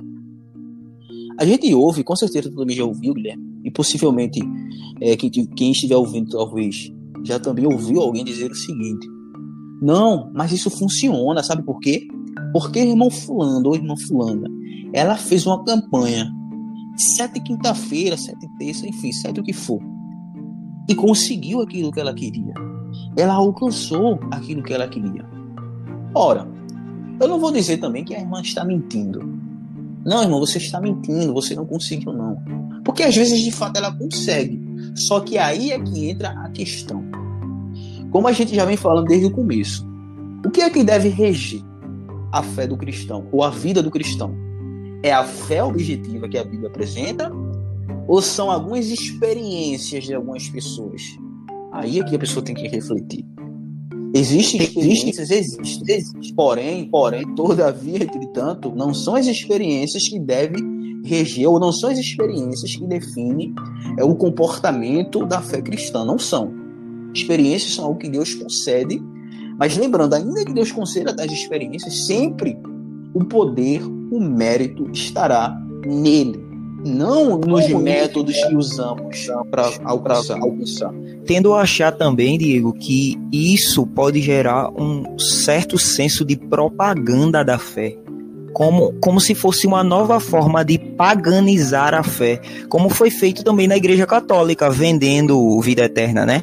A gente ouve, com certeza tu também já ouviu, Guilherme, e possivelmente é, quem, quem estiver ouvindo talvez já também ouviu alguém dizer o seguinte: não, mas isso funciona, sabe por quê? Porque irmão fulano ou irmã fulana, ela fez uma campanha sete quinta-feira, sete terça, enfim, sete o que for, e conseguiu aquilo que ela queria. Ela alcançou aquilo que ela queria. Ora, eu não vou dizer também que a irmã está mentindo. Não, irmão, você está mentindo, você não conseguiu, não. Porque às vezes, de fato, ela consegue. Só que aí é que entra a questão. Como a gente já vem falando desde o começo, o que é que deve reger a fé do cristão, ou a vida do cristão? É a fé objetiva que a Bíblia apresenta, ou são algumas experiências de algumas pessoas? Aí é que a pessoa tem que refletir. Existem experiências, existem, existem. Porém, porém, todavia, entretanto, não são as experiências que devem reger, ou não são as experiências que definem é, o comportamento da fé cristã. Não são. Experiências são algo que Deus concede, mas lembrando, ainda que Deus conceda tais experiências, sempre o poder, o mérito estará nele, não nos métodos que usamos para alcançar. alcançar. Tendo a achar também, Diego, que isso pode gerar um certo senso de propaganda da fé, como, como se fosse uma nova forma de paganizar a fé, como foi feito também na Igreja Católica, vendendo vida eterna, né?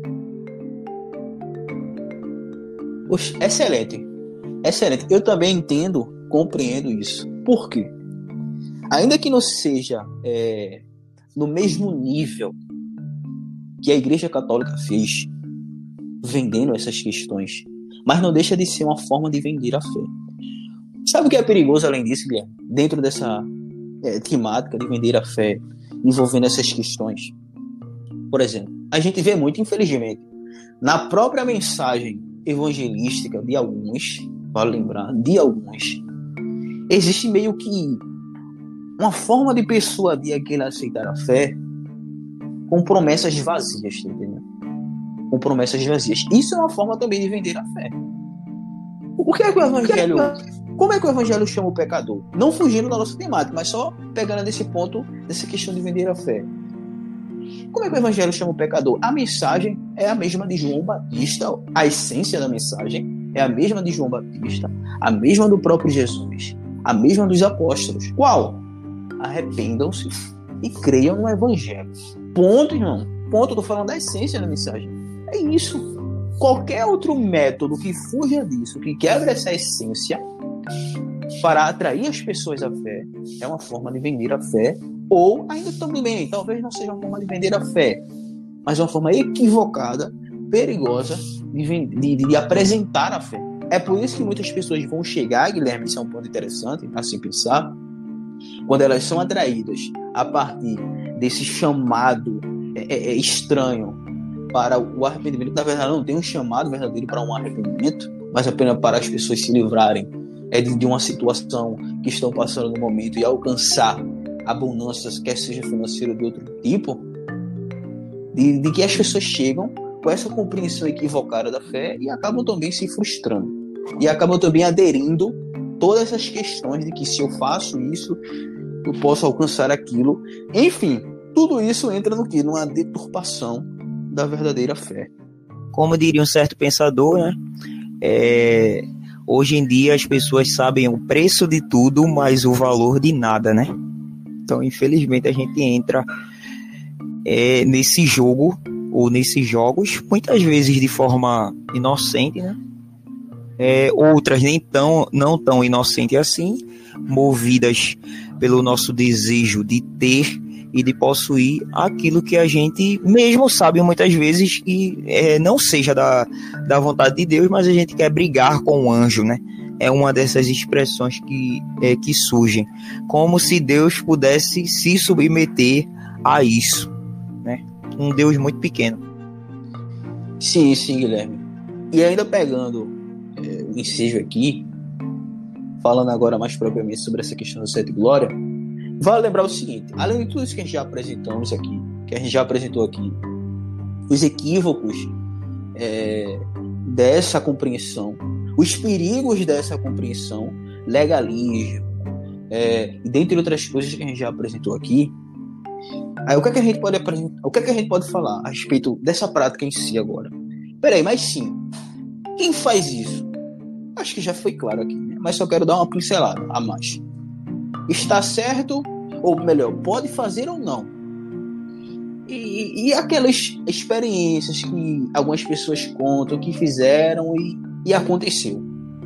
Poxa, excelente, excelente. Eu também entendo, compreendo isso. Por quê? Ainda que não seja é, no mesmo nível que a Igreja Católica fez, vendendo essas questões, mas não deixa de ser uma forma de vender a fé. Sabe o que é perigoso além disso, Guilherme? Dentro dessa é, temática de vender a fé, envolvendo essas questões. Por exemplo, a gente vê muito, infelizmente, na própria mensagem evangelística de alguns, vale lembrar, de alguns, existe meio que uma forma de persuadir aquele a aceitar a fé com promessas vazias, tá entendendo? Com promessas vazias. Isso é uma forma também de vender a fé. O que é que o Evangelho... Como é que o Evangelho chama o pecador? Não fugindo da nossa temática, mas só pegando nesse ponto, dessa questão de vender a fé. Como é que o Evangelho chama o pecador? A mensagem é a mesma de João Batista, a essência da mensagem é a mesma de João Batista, a mesma do próprio Jesus, a mesma dos apóstolos. Qual? Arrependam-se e creiam no Evangelho. Ponto, irmão. Ponto, eu tô falando da essência da mensagem. É isso. Qualquer outro método que fuja disso, que quebra essa essência para atrair as pessoas à fé, é uma forma de vender a fé, ou ainda também, talvez não seja uma forma de vender a fé, mas uma forma equivocada, perigosa de, de, de apresentar a fé. É por isso que muitas pessoas vão chegar, Guilherme, isso é um ponto interessante a se pensar, quando elas são atraídas a partir desse chamado é, é, estranho para o arrependimento. Na verdade, não tem um chamado verdadeiro para um arrependimento, mas apenas para as pessoas se livrarem é de, de uma situação que estão passando no momento e alcançar abundâncias, quer seja financeira ou de outro tipo, de, de que as pessoas chegam com essa compreensão equivocada da fé e acabam também se frustrando. E acabam também aderindo todas essas questões de que se eu faço isso, eu posso alcançar aquilo. Enfim, tudo isso entra no que? Numa deturpação da verdadeira fé. Como diria um certo pensador, né? É, hoje em dia as pessoas sabem o preço de tudo, mas o valor de nada, né? Então, infelizmente, a gente entra é, nesse jogo, ou nesses jogos, muitas vezes de forma inocente, né? é, outras nem tão, não tão inocentes assim, movidas pelo nosso desejo de ter e de possuir aquilo que a gente mesmo sabe muitas vezes que é, não seja da, da vontade de Deus, mas a gente quer brigar com o anjo, né? É uma dessas expressões que, é, que surgem, como se Deus pudesse se submeter a isso, né? Um Deus muito pequeno. Sim, sim, Guilherme. E ainda pegando é, o ensejo aqui, falando agora mais propriamente sobre essa questão do sete glória, vale lembrar o seguinte: além de tudo isso que a gente já apresentamos aqui, que a gente já apresentou aqui, os equívocos é, dessa compreensão, os perigos dessa compreensão, legalismo, é, e dentre outras coisas que a gente já apresentou aqui, aí o que é que a gente pode apresentar, o que é que a gente pode falar a respeito dessa prática em si agora? Peraí, mas sim, quem faz isso? Acho que já foi claro aqui, né? Mas só quero dar uma pincelada a mais. Está certo, ou melhor, pode fazer ou não. E, e aquelas experiências que algumas pessoas contam que fizeram e, e aconteceu.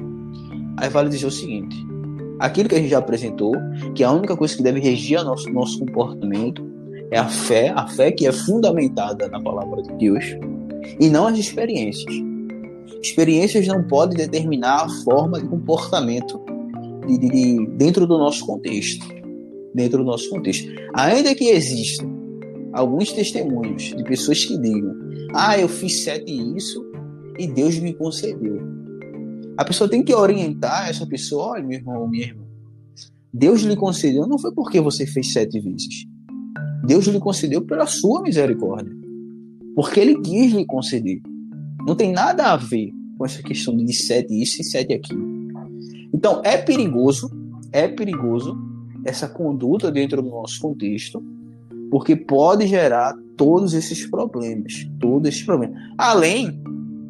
Aí vale dizer o seguinte: aquilo que a gente já apresentou, que a única coisa que deve regir o nosso, nosso comportamento é a fé, a fé que é fundamentada na palavra de Deus, e não as experiências. Experiências não podem determinar a forma de comportamento de, de, de, dentro do nosso contexto. Dentro do nosso contexto. Ainda que existam alguns testemunhos de pessoas que digam: ah, eu fiz sete isso e Deus me concedeu. A pessoa tem que orientar essa pessoa: olha, meu irmão, minha irmã, Deus lhe concedeu não foi porque você fez sete vezes. Deus lhe concedeu pela sua misericórdia. Porque Ele quis lhe conceder. Não tem nada a ver com essa questão de sete isso e sete aquilo. Então, é perigoso, é perigoso essa conduta dentro do nosso contexto, porque pode gerar todos esses problemas, todos esses problemas. Além,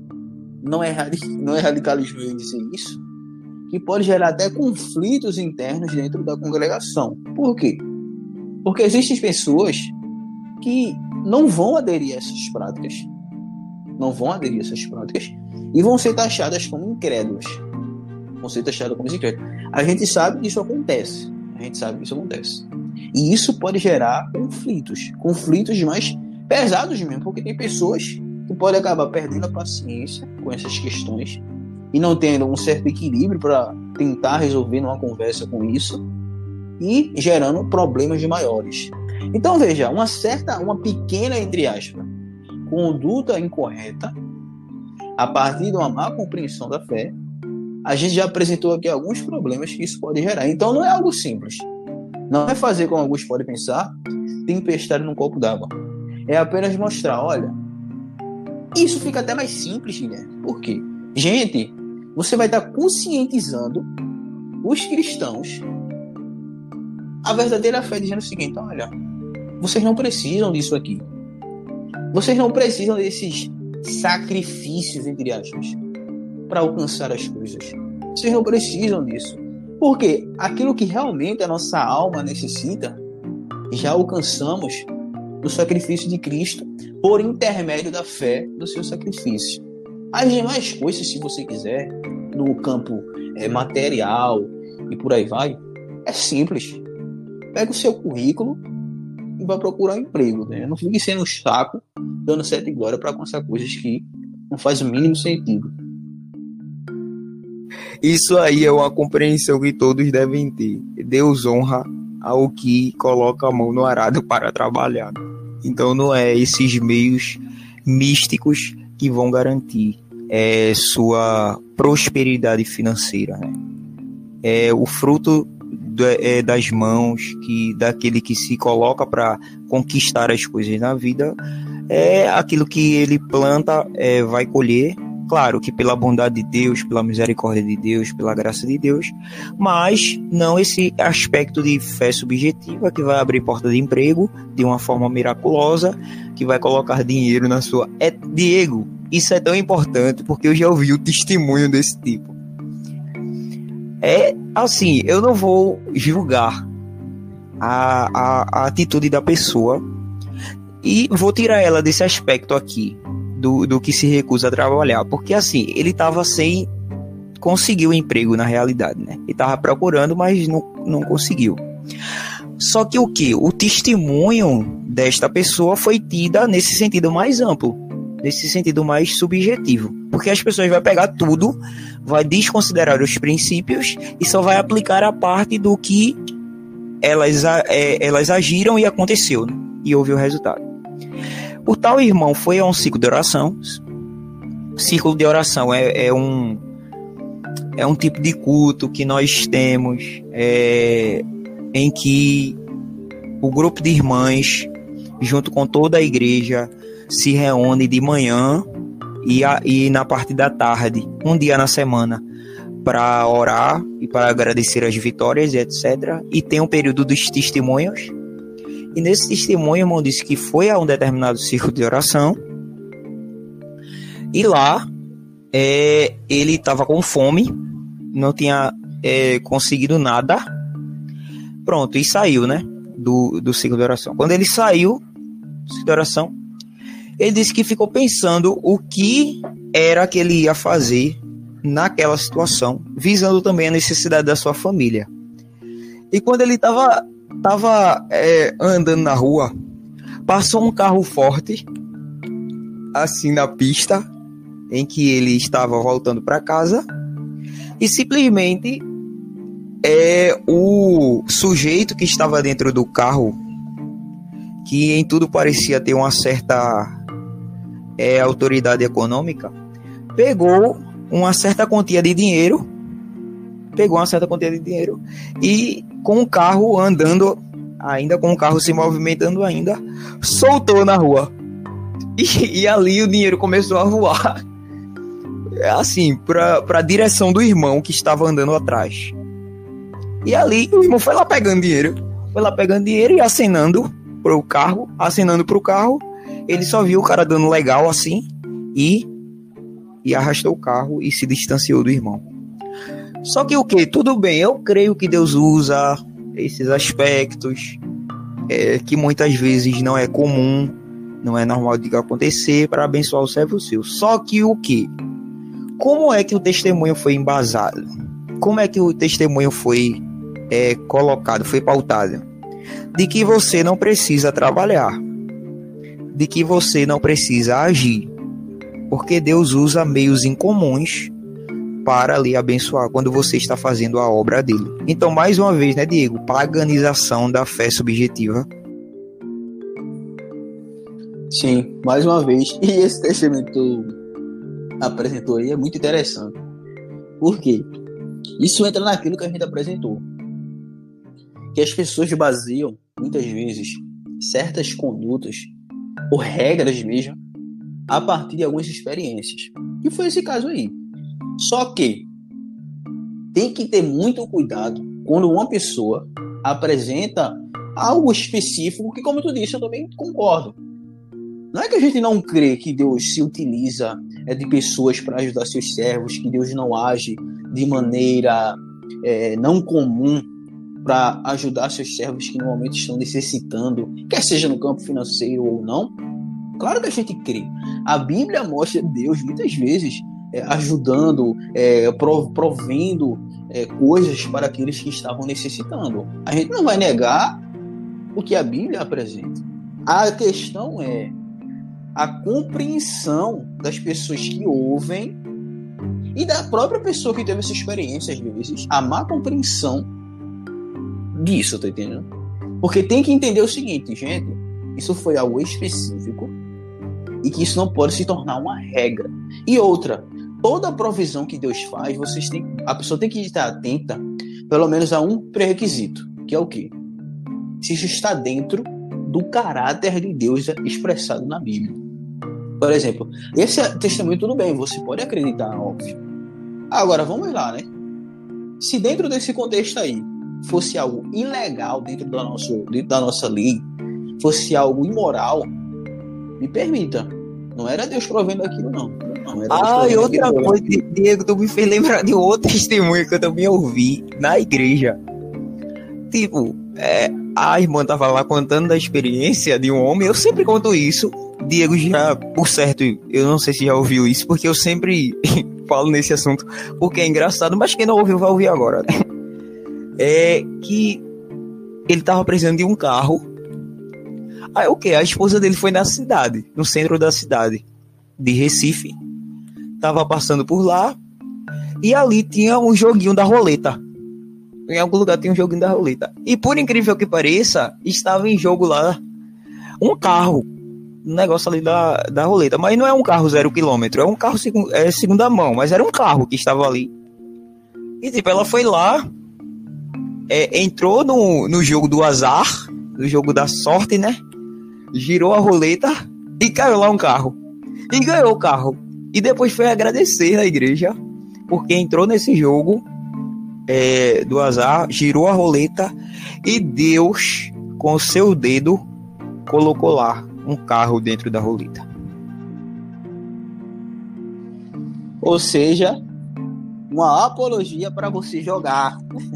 não é, não é radicalismo eu dizer isso, que pode gerar até conflitos internos dentro da congregação. Por quê? Porque existem pessoas que não vão aderir a essas práticas, não vão aderir a essas práticas e vão ser taxadas como incrédulas. Vão ser taxadas como incrédulas. A gente sabe que isso acontece. A gente sabe que isso acontece. E isso pode gerar conflitos. Conflitos mais pesados mesmo, porque tem pessoas que podem acabar perdendo a paciência com essas questões e não tendo um certo equilíbrio para tentar resolver numa conversa com isso e gerando problemas maiores. Então veja, uma certa, uma pequena, entre aspas, conduta incorreta a partir de uma má compreensão da fé, a gente já apresentou aqui alguns problemas que isso pode gerar. Então não é algo simples. Não é fazer como alguns podem pensar, tempestade num copo d'água. É apenas mostrar, olha, isso fica até mais simples, Guilherme. Por quê? Gente, você vai estar conscientizando os cristãos a verdadeira fé, dizendo o seguinte: olha, vocês não precisam disso aqui. Vocês não precisam desses sacrifícios, entre aspas, para alcançar as coisas. Vocês não precisam disso. Porque aquilo que realmente a nossa alma necessita, já alcançamos no sacrifício de Cristo por intermédio da fé do seu sacrifício. As demais coisas, se você quiser, no campo é, material e por aí vai, é simples. Pega o seu currículo e vai procurar um emprego, né? Não fique sendo um saco, dando sete glória para alcançar coisas que não faz o mínimo sentido. Isso aí é uma compreensão que todos devem ter. Deus honra ao que coloca a mão no arado para trabalhar. Então não é esses meios místicos que vão garantir é, sua prosperidade financeira, né? É o fruto é, das mãos que, daquele que se coloca para conquistar as coisas na vida. É aquilo que ele planta, é, vai colher. Claro que pela bondade de Deus, pela misericórdia de Deus, pela graça de Deus, mas não esse aspecto de fé subjetiva que vai abrir porta de emprego de uma forma miraculosa, que vai colocar dinheiro na sua... É, Diego, isso é tão importante porque eu já ouvi o testemunho desse tipo. É assim, eu não vou julgar a, a, a atitude da pessoa e vou tirar ela desse aspecto aqui. Do, do que se recusa a trabalhar, porque assim, ele estava sem conseguiu emprego na realidade, né? Ele estava procurando, mas não, não conseguiu. Só que o que? O testemunho desta pessoa foi tida nesse sentido mais amplo, nesse sentido mais subjetivo. Porque as pessoas vão pegar tudo, vai desconsiderar os princípios e só vai aplicar a parte do que elas, é, elas agiram e aconteceu, né? E houve o resultado. O tal irmão foi a um ciclo de oração. Círculo de oração é, é, um, é um tipo de culto que nós temos, é, em que o grupo de irmãs, junto com toda a igreja, se reúne de manhã e, a, e na parte da tarde, um dia na semana, para orar e para agradecer as vitórias e etcétera. E tem um período dos testemunhos. E nesse testemunho, o irmão disse que foi a um determinado círculo de oração. E lá, é, ele estava com fome, não tinha é, conseguido nada. Pronto, e saiu, né? Do, do ciclo de oração. Quando ele saiu do ciclo de oração, ele disse que ficou pensando o que era que ele ia fazer naquela situação, visando também a necessidade da sua família. E quando ele estava tava, é, andando na rua, passou um carro forte, assim na pista, em que ele estava voltando para casa, e simplesmente é, o sujeito que estava dentro do carro, que em tudo parecia ter uma certa é, autoridade econômica, pegou uma certa quantia de dinheiro, pegou uma certa quantia de dinheiro e com o carro andando, ainda com o carro se movimentando ainda, soltou na rua. E, e ali o dinheiro começou a voar, assim, para a direção do irmão que estava andando atrás. E ali o irmão foi lá pegando dinheiro, foi lá pegando dinheiro e acenando pro carro, acenando pro carro. Ele só viu o cara dando legal assim e, e arrastou o carro e se distanciou do irmão. Só que o que? Tudo bem, eu creio que Deus usa esses aspectos é, que muitas vezes não é comum, não é normal de acontecer para abençoar o servo seu. Só que o que? Como é que o testemunho foi embasado? Como é que o testemunho foi é, colocado, foi pautado? De que você não precisa trabalhar, de que você não precisa agir, porque Deus usa meios incomuns para lhe abençoar quando você está fazendo a obra dele. Então, mais uma vez, né, Diego? Paganização da fé subjetiva. Sim, mais uma vez. E esse testemunho que tu apresentou aí é muito interessante. Por quê? Isso entra naquilo que a gente apresentou. Que as pessoas baseiam, muitas vezes, certas condutas, ou regras mesmo, a partir de algumas experiências. E foi esse caso aí. Só que tem que ter muito cuidado quando uma pessoa apresenta algo específico que, como tu disse, eu também concordo. Não é que a gente não crê que Deus se utiliza é, de pessoas para ajudar seus servos, que Deus não age de maneira é, não comum para ajudar seus servos que normalmente estão necessitando, quer seja no campo financeiro ou não. Claro que a gente crê. A Bíblia mostra Deus muitas vezes é, ajudando, é, provendo é, coisas para aqueles que estavam necessitando. A gente não vai negar o que a Bíblia apresenta. A questão é a compreensão das pessoas que ouvem e da própria pessoa que teve essa experiência, às vezes, a má compreensão disso, tá entendendo? Porque tem que entender o seguinte, gente, isso foi algo específico e que isso não pode se tornar uma regra. E outra, toda a provisão que Deus faz, vocês têm, a pessoa tem que estar atenta, pelo menos a um pré-requisito, que é o quê? Se isso está dentro do caráter de Deus expressado na Bíblia. Por exemplo, esse testemunho, tudo bem, você pode acreditar, óbvio. Agora, vamos lá, né? Se dentro desse contexto aí fosse algo ilegal dentro da nossa, dentro da nossa lei, fosse algo imoral, me permita, não era Deus provendo aquilo, não. não era ah, e outra coisa, Diego, tu me fez lembrar de um outro testemunho que eu também ouvi na igreja. Tipo, é, a irmã tava lá contando da experiência de um homem, eu sempre conto isso. Diego já, por certo, eu não sei se já ouviu isso, porque eu sempre falo nesse assunto porque é engraçado, mas quem não ouviu vai ouvir agora, né? É que ele tava precisando de um carro. Aí o que? A esposa dele foi na cidade, no centro da cidade de Recife. Tava passando por lá e ali tinha um joguinho da roleta. Em algum lugar tinha um joguinho da roleta. E por incrível que pareça, estava em jogo lá um carro. Um negócio ali da, da roleta. Mas não é um carro zero quilômetro, é um carro segu, é, segunda mão. Mas era um carro que estava ali. E tipo, ela foi lá, é, entrou no, no jogo do azar, no jogo da sorte, né? Girou a roleta e caiu lá um carro. E ganhou o carro. E depois foi agradecer na igreja, porque entrou nesse jogo é, do azar, girou a roleta e Deus, com o seu dedo, colocou lá um carro dentro da roleta. Ou seja, uma apologia para você jogar.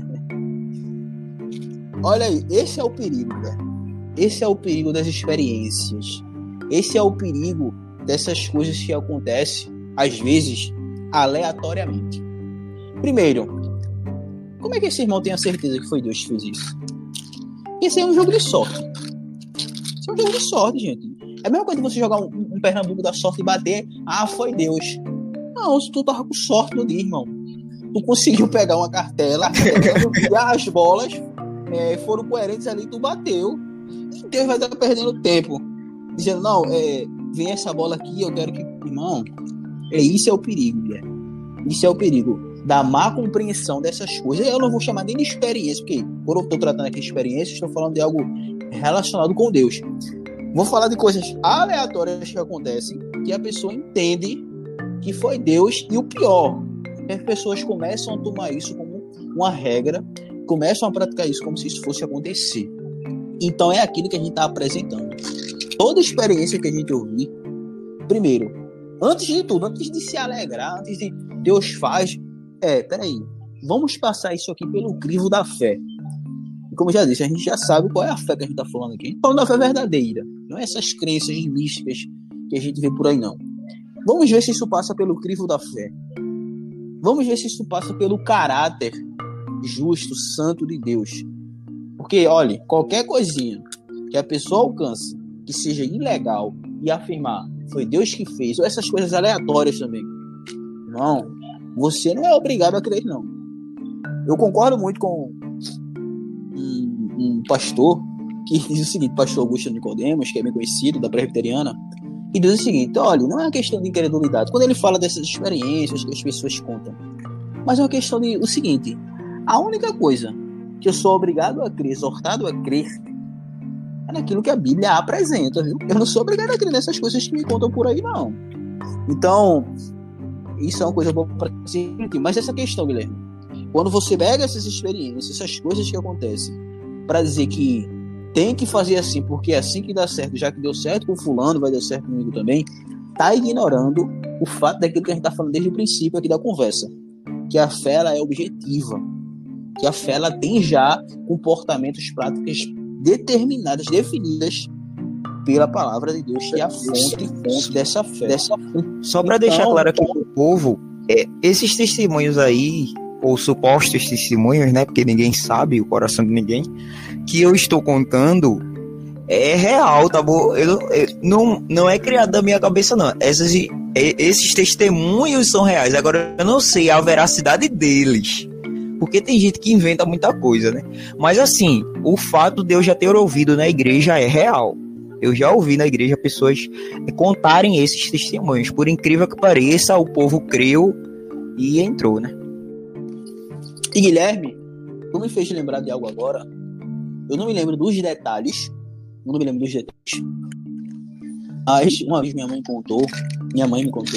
Olha aí, esse é o perigo, né? Esse é o perigo das experiências. Esse é o perigo dessas coisas que acontecem, às vezes, aleatoriamente. Primeiro, como é que esse irmão tem a certeza que foi Deus que fez isso? Esse é um jogo de sorte. Isso é um jogo de sorte, gente. É a mesma coisa que você jogar um, um Pernambuco da sorte e bater. Ah, foi Deus. Não, se tu tava com sorte no dia, irmão. Tu conseguiu pegar uma cartela, e as bolas é, foram coerentes ali, tu bateu. E Deus vai estar perdendo tempo. Dizendo, não, é, vem essa bola aqui, eu quero que... Irmão, é, isso é o perigo, mulher. Isso é o perigo da má compreensão dessas coisas. Eu não vou chamar nem de experiência, porque quando eu estou tratando aqui de experiência, estou falando de algo relacionado com Deus. Vou falar de coisas aleatórias que acontecem, que a pessoa entende que foi Deus, e o pior, é que as pessoas começam a tomar isso como uma regra, começam a praticar isso como se isso fosse acontecer. Então é aquilo que a gente está apresentando. Toda experiência que a gente ouvir, primeiro, antes de tudo, antes de se alegrar, antes de Deus faz, é, peraí, vamos passar isso aqui pelo crivo da fé. E como eu já disse, a gente já sabe qual é a fé que a gente está falando aqui. A gente tá falando da fé verdadeira, não é essas crenças místicas que a gente vê por aí, não. Vamos ver se isso passa pelo crivo da fé. Vamos ver se isso passa pelo caráter justo, santo de Deus. Porque, olha, qualquer coisinha que a pessoa alcance que seja ilegal e afirmar foi Deus que fez, ou essas coisas aleatórias também, não, você não é obrigado a crer, não. Eu concordo muito com um, um pastor que diz o seguinte, pastor Augusto Nicodemos, que é bem conhecido, da presbiteriana, e diz o seguinte, olha, não é uma questão de incredulidade, quando ele fala dessas experiências que as pessoas contam, mas é uma questão de o seguinte, a única coisa que eu sou obrigado a crer, exortado a crer, é naquilo que a Bíblia apresenta, viu? Eu não sou obrigado a crer nessas coisas que me contam por aí, não. Então, isso é uma coisa boa para sentir. Mas essa questão, Guilherme, quando você pega essas experiências, essas coisas que acontecem, para dizer que tem que fazer assim, porque é assim que dá certo, já que deu certo com fulano, vai dar certo comigo também, tá ignorando o fato daquilo que a gente tá falando desde o princípio aqui da conversa, que a fé ela é objetiva, que a fé ela tem já comportamentos, práticas determinadas, definidas pela palavra de Deus, que é a fonte, fonte dessa fé. Dessa... Só para então, deixar claro aqui pro povo, é, esses testemunhos aí, ou supostos testemunhos, né, porque ninguém sabe o coração de ninguém, que eu estou contando é real, tá bom? Eu, eu, não, não é criado da minha cabeça, não. Essas, esses testemunhos são reais. Agora, eu não sei a veracidade deles, porque tem gente que inventa muita coisa, né? Mas assim, o fato de eu já ter ouvido na igreja é real. Eu já ouvi na igreja pessoas contarem esses testemunhos. Por incrível que pareça, o povo creu e entrou, né? E Guilherme, tu me fez lembrar de algo agora. Eu não me lembro dos detalhes. Eu não me lembro dos detalhes. Mas uma vez minha mãe contou, minha mãe me contou,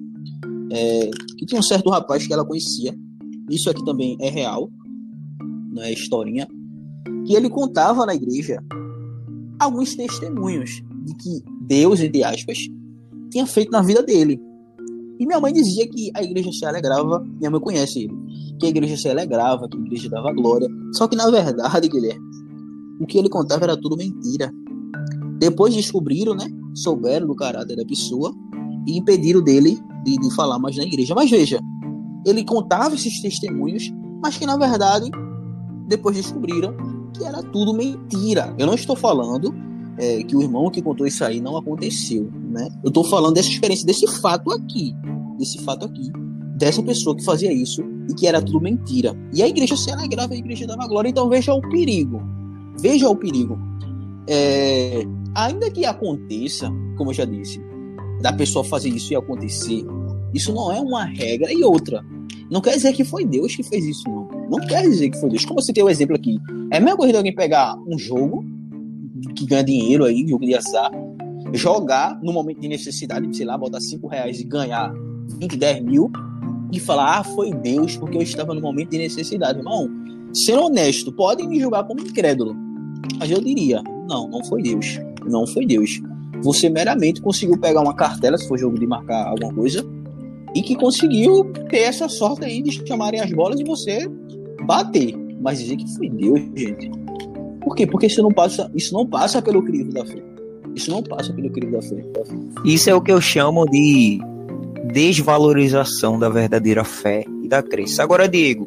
é, que tinha um certo rapaz que ela conhecia. Isso aqui também é real, não é historinha. Que ele contava na igreja alguns testemunhos de que Deus, entre aspas, tinha feito na vida dele. E minha mãe dizia que a igreja se alegrava, minha mãe conhece ele, que a igreja se alegrava, que a igreja dava glória. Só que na verdade, Guilherme, o que ele contava era tudo mentira. Depois descobriram, né, souberam do caráter da pessoa, e impediram dele de, de falar mais na igreja. Mas veja, ele contava esses testemunhos, mas que na verdade depois descobriram que era tudo mentira. Eu não estou falando é, que o irmão que contou isso aí não aconteceu, né? Eu estou falando dessa experiência, desse fato aqui, desse fato aqui, dessa pessoa que fazia isso e que era tudo mentira. E a igreja se alegrava, a igreja dava glória. Então veja o perigo, veja o perigo. É, ainda que aconteça, como eu já disse, da pessoa fazer isso e acontecer, isso não é uma regra. E outra, não quer dizer que foi Deus que fez isso, não. Não quer dizer que foi Deus. Como você tem o exemplo aqui, é a mesma coisa de alguém pegar um jogo que ganha dinheiro aí, jogo de azar, jogar no momento de necessidade, sei lá, botar cinco reais e ganhar vinte, dez mil e falar, ah, foi Deus porque eu estava no momento de necessidade. Irmão, ser honesto, podem me julgar como incrédulo, mas eu diria, não, não foi Deus. Não foi Deus. Você meramente conseguiu pegar uma cartela, se for jogo de marcar alguma coisa, e que conseguiu ter essa sorte aí de chamarem as bolas e você bater. Mas dizer que foi Deus, gente. Por quê? Porque isso não passa, isso não passa pelo crivo da fé. Isso não passa pelo crivo da fé. Isso é o que eu chamo de desvalorização da verdadeira fé e da crença. Agora, Diego,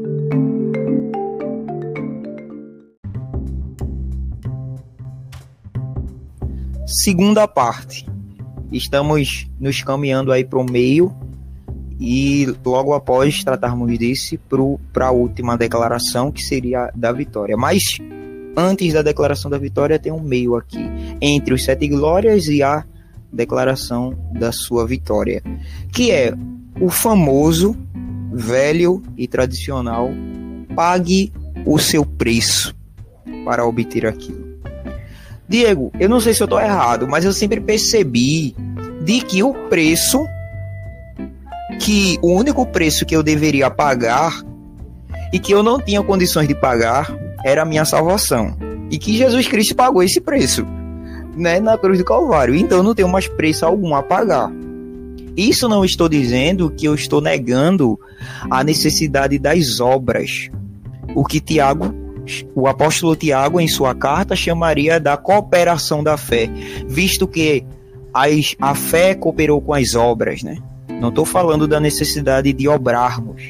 segunda parte. Estamos nos caminhando aí para o meio e logo após tratarmos disso para a última declaração, que seria da vitória. Mas antes da declaração da vitória tem um meio aqui, entre os sete glórias e a declaração da sua vitória, que é o famoso, velho e tradicional pague o seu preço para obter aquilo. Diego, eu não sei se eu estou errado, mas eu sempre percebi de que o preço, que o único preço que eu deveria pagar e que eu não tinha condições de pagar era a minha salvação. E que Jesus Cristo pagou esse preço, né, na cruz do Calvário. Então eu não tenho mais preço algum a pagar. Isso não estou dizendo que eu estou negando a necessidade das obras. O que Tiago, o apóstolo Tiago, em sua carta, chamaria da cooperação da fé, visto que as, a fé cooperou com as obras, né? Não estou falando da necessidade de obrarmos.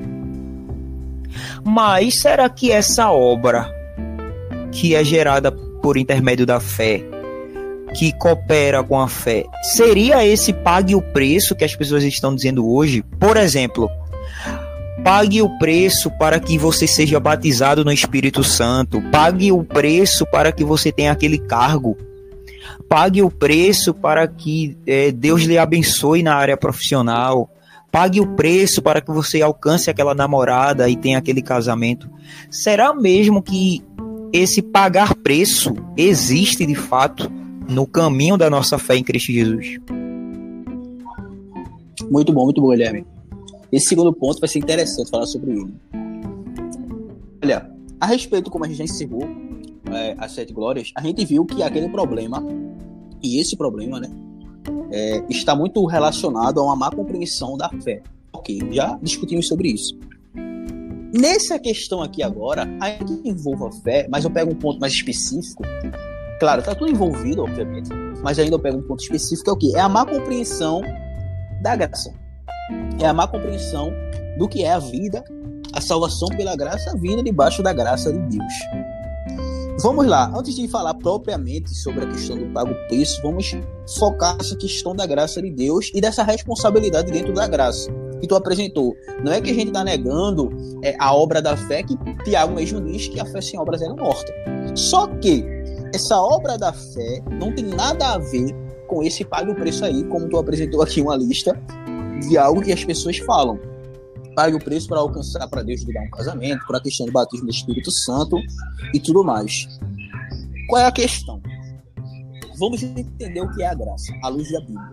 Mas será que essa obra, que é gerada por intermédio da fé, que coopera com a fé, seria esse pague o preço que as pessoas estão dizendo hoje? Por exemplo, pague o preço para que você seja batizado no Espírito Santo. Pague o preço para que você tenha aquele cargo. Pague o preço para que é, Deus lhe abençoe na área profissional. Pague o preço para que você alcance aquela namorada e tenha aquele casamento. Será mesmo que esse pagar preço existe de fato no caminho da nossa fé em Cristo Jesus? Muito bom, muito bom, Guilherme. Esse segundo ponto vai ser interessante falar sobre ele. Olha, a respeito, como a gente já encerrou é, as sete glórias, a gente viu que aquele problema, e esse problema, né, é, está muito relacionado a uma má compreensão da fé. Ok, já discutimos sobre isso. Nessa questão aqui agora, ainda que envolva a fé, mas eu pego um ponto mais específico. Claro, está tudo envolvido, obviamente, mas ainda eu pego um ponto específico, que é o quê? É a má compreensão da graça. É a má compreensão do que é a vida, a salvação pela graça, a vida debaixo da graça de Deus. Vamos lá, antes de falar propriamente sobre a questão do pago preço, vamos focar nessa questão da graça de Deus e dessa responsabilidade dentro da graça que tu apresentou. Não é que a gente está negando é, a obra da fé, que Tiago mesmo diz que a fé sem obras era morta. Só que essa obra da fé não tem nada a ver com esse pague o preço aí, como tu apresentou aqui uma lista de algo que as pessoas falam. Pague o preço para alcançar, para Deus lhe dar um casamento, para a questão do batismo do Espírito Santo e tudo mais. Qual é a questão? Vamos entender o que é a graça, à luz da Bíblia.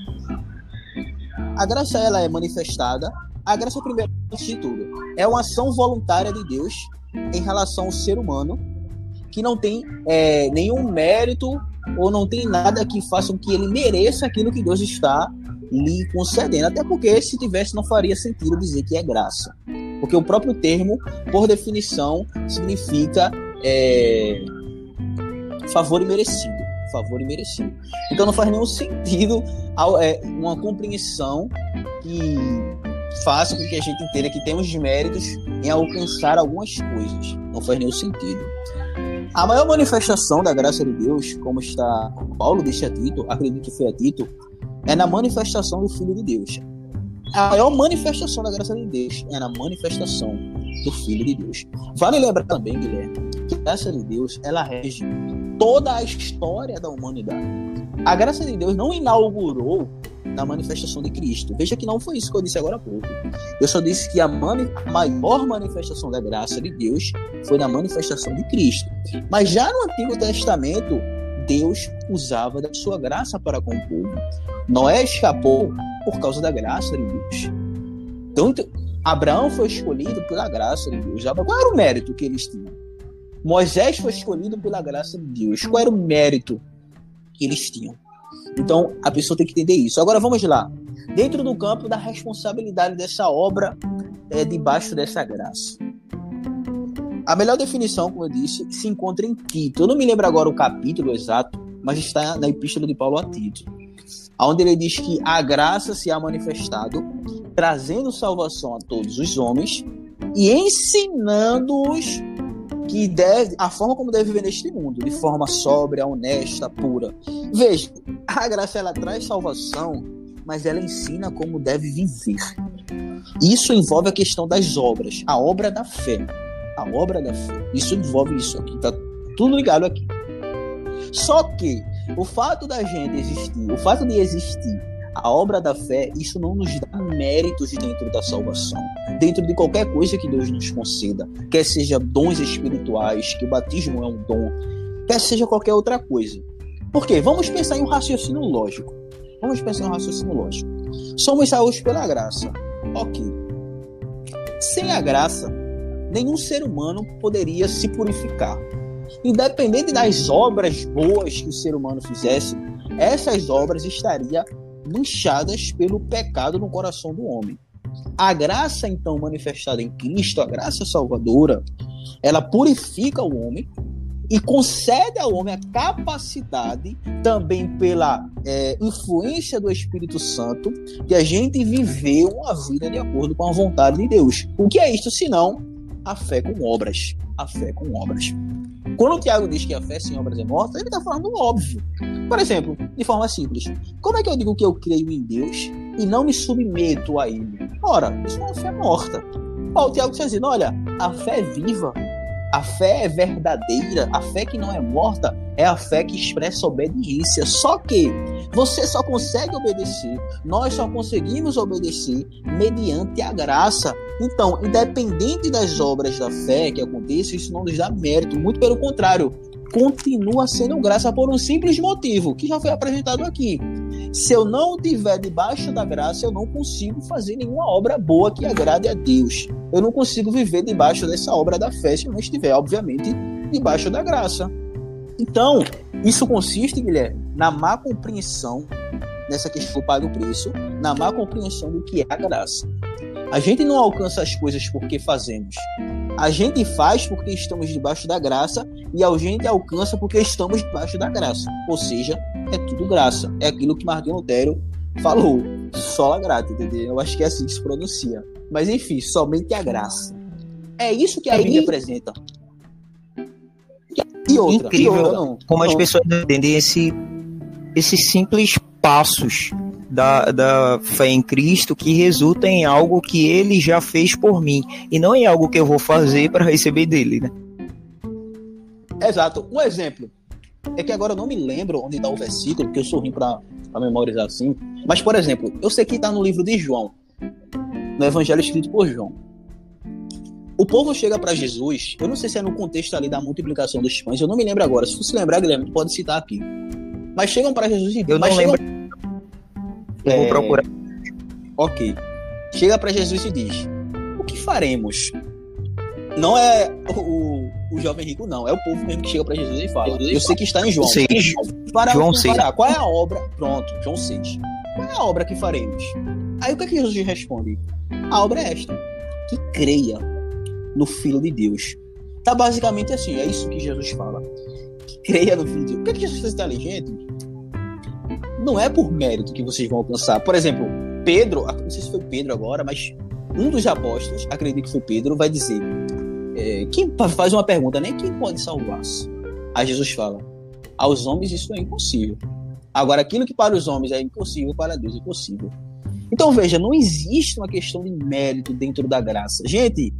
A graça, ela é manifestada, a graça, primeiro de tudo, é uma ação voluntária de Deus em relação ao ser humano, que não tem é, nenhum mérito ou não tem nada que faça com que ele mereça aquilo que Deus está lhe concedendo. Até porque, se tivesse, não faria sentido dizer que é graça. Porque o próprio termo, por definição, significa é, favor imerecido. favor imerecido. Então não faz nenhum sentido é, uma compreensão que faça com que a gente entenda que temos méritos em alcançar algumas coisas. Não faz nenhum sentido. A maior manifestação da graça de Deus, como está Paulo disse a Tito, acredito que foi a Tito, é na manifestação do Filho de Deus. A maior manifestação da graça de Deus é na manifestação do Filho de Deus. Vale lembrar também, Guilherme, que a graça de Deus, ela rege toda a história da humanidade. A graça de Deus não inaugurou na manifestação de Cristo. Veja que não foi isso que eu disse agora há pouco. Eu só disse que a, mani- a maior manifestação da graça de Deus foi na manifestação de Cristo. Mas já no Antigo Testamento, Deus usava da sua graça para com o povo. Noé escapou por causa da graça de Deus. Então, Abraão foi escolhido pela graça de Deus. Qual era o mérito que eles tinham? Moisés foi escolhido pela graça de Deus. Qual era o mérito que eles tinham? Então, a pessoa tem que entender isso. Agora, vamos lá. Dentro do campo da responsabilidade dessa obra, é, debaixo dessa graça. A melhor definição, como eu disse, se encontra em Tito. Eu não me lembro agora o capítulo exato, mas está na Epístola de Paulo a Tito, onde ele diz que a graça se há manifestado, trazendo salvação a todos os homens e ensinando-os que deve, a forma como deve viver neste mundo, de forma sóbria, honesta, pura. Veja, a graça ela traz salvação, mas ela ensina como deve viver. Isso envolve a questão das obras, a obra da fé. A obra da fé. Isso envolve isso aqui, tá tudo ligado aqui. Só que o fato da gente existir, o fato de existir a obra da fé, isso não nos dá méritos dentro da salvação, dentro de qualquer coisa que Deus nos conceda, quer seja dons espirituais, que o batismo é um dom, quer seja qualquer outra coisa. Por quê? Vamos pensar em um raciocínio lógico. Vamos pensar em um raciocínio lógico. Somos salvos pela graça. Ok. Sem a graça, nenhum ser humano poderia se purificar. Independente das obras boas que o ser humano fizesse, essas obras estariam manchadas pelo pecado no coração do homem. A graça, então, manifestada em Cristo, a graça salvadora, ela purifica o homem e concede ao homem a capacidade, também pela é, influência do Espírito Santo, de a gente viver uma vida de acordo com a vontade de Deus. O que é isto, senão a fé com obras? A fé com obras. Quando o Tiago diz que a fé sem obras é morta, ele está falando óbvio. Por exemplo, de forma simples, como é que eu digo que eu creio em Deus e não me submeto a Ele? Ora, isso é uma fé morta. Ó, o Tiago está dizendo, olha, a fé é viva, a fé é verdadeira, a fé que não é morta é a fé que expressa obediência. Só que você só consegue obedecer, nós só conseguimos obedecer mediante a graça. Então, independente das obras da fé que aconteçam, isso não nos dá mérito, muito pelo contrário, continua sendo graça por um simples motivo, que já foi apresentado aqui. Se eu não estiver debaixo da graça, eu não consigo fazer nenhuma obra boa que agrade a Deus. Eu não consigo viver debaixo dessa obra da fé se eu não estiver, obviamente, debaixo da graça. Então, isso consiste, Guilherme, na má compreensão, nessa questão do pago preço, na má compreensão do que é a graça. A gente não alcança as coisas porque fazemos. A gente faz porque estamos debaixo da graça e a gente alcança porque estamos debaixo da graça. Ou seja, é tudo graça. É aquilo que Martinho Lutero falou. Sola grata, entendeu? Eu acho que é assim que se pronuncia. Mas enfim, somente a graça. É isso que a Bíblia apresenta. E outra, incrível e outra, não, como não. As pessoas entendem esse, esses simples passos da, da fé em Cristo que resulta em algo que Ele já fez por mim e não em algo que eu vou fazer para receber dele, né? Exato. Um exemplo é que agora eu não me lembro onde está o versículo, porque eu sou ruim para memorizar assim, mas, por exemplo, eu sei que está no livro de João, no Evangelho escrito por João. O povo chega para Jesus, eu não sei se é no contexto ali da multiplicação dos pães, eu não me lembro agora. Se você lembrar, Guilherme, tu pode citar aqui. Mas chegam para Jesus e... Eu não chegam... lembro. Eu é... vou procurar. Ok. Chega para Jesus e diz, o que faremos? Não é o, o jovem rico, não. É o povo mesmo que chega para Jesus e fala. Eu sei que está em João. seis. Para, João seis. Qual é a obra? Pronto, João seis. Qual é a obra que faremos? Aí o que é que Jesus responde? A obra é esta, que creia no Filho de Deus. Tá basicamente assim, é isso que Jesus fala. creia no Filho de Deus. Por que, que Jesus é inteligente? Não é por mérito que vocês vão alcançar. Por exemplo, Pedro, não sei se foi Pedro agora, mas um dos apóstolos, acredito que foi Pedro, vai dizer, é, quem faz uma pergunta, né? Quem pode salvar-se? Aí Jesus fala, aos homens isso é impossível. Agora, aquilo que para os homens é impossível, para Deus é possível. Então, veja, não existe uma questão de mérito dentro da graça. Gente,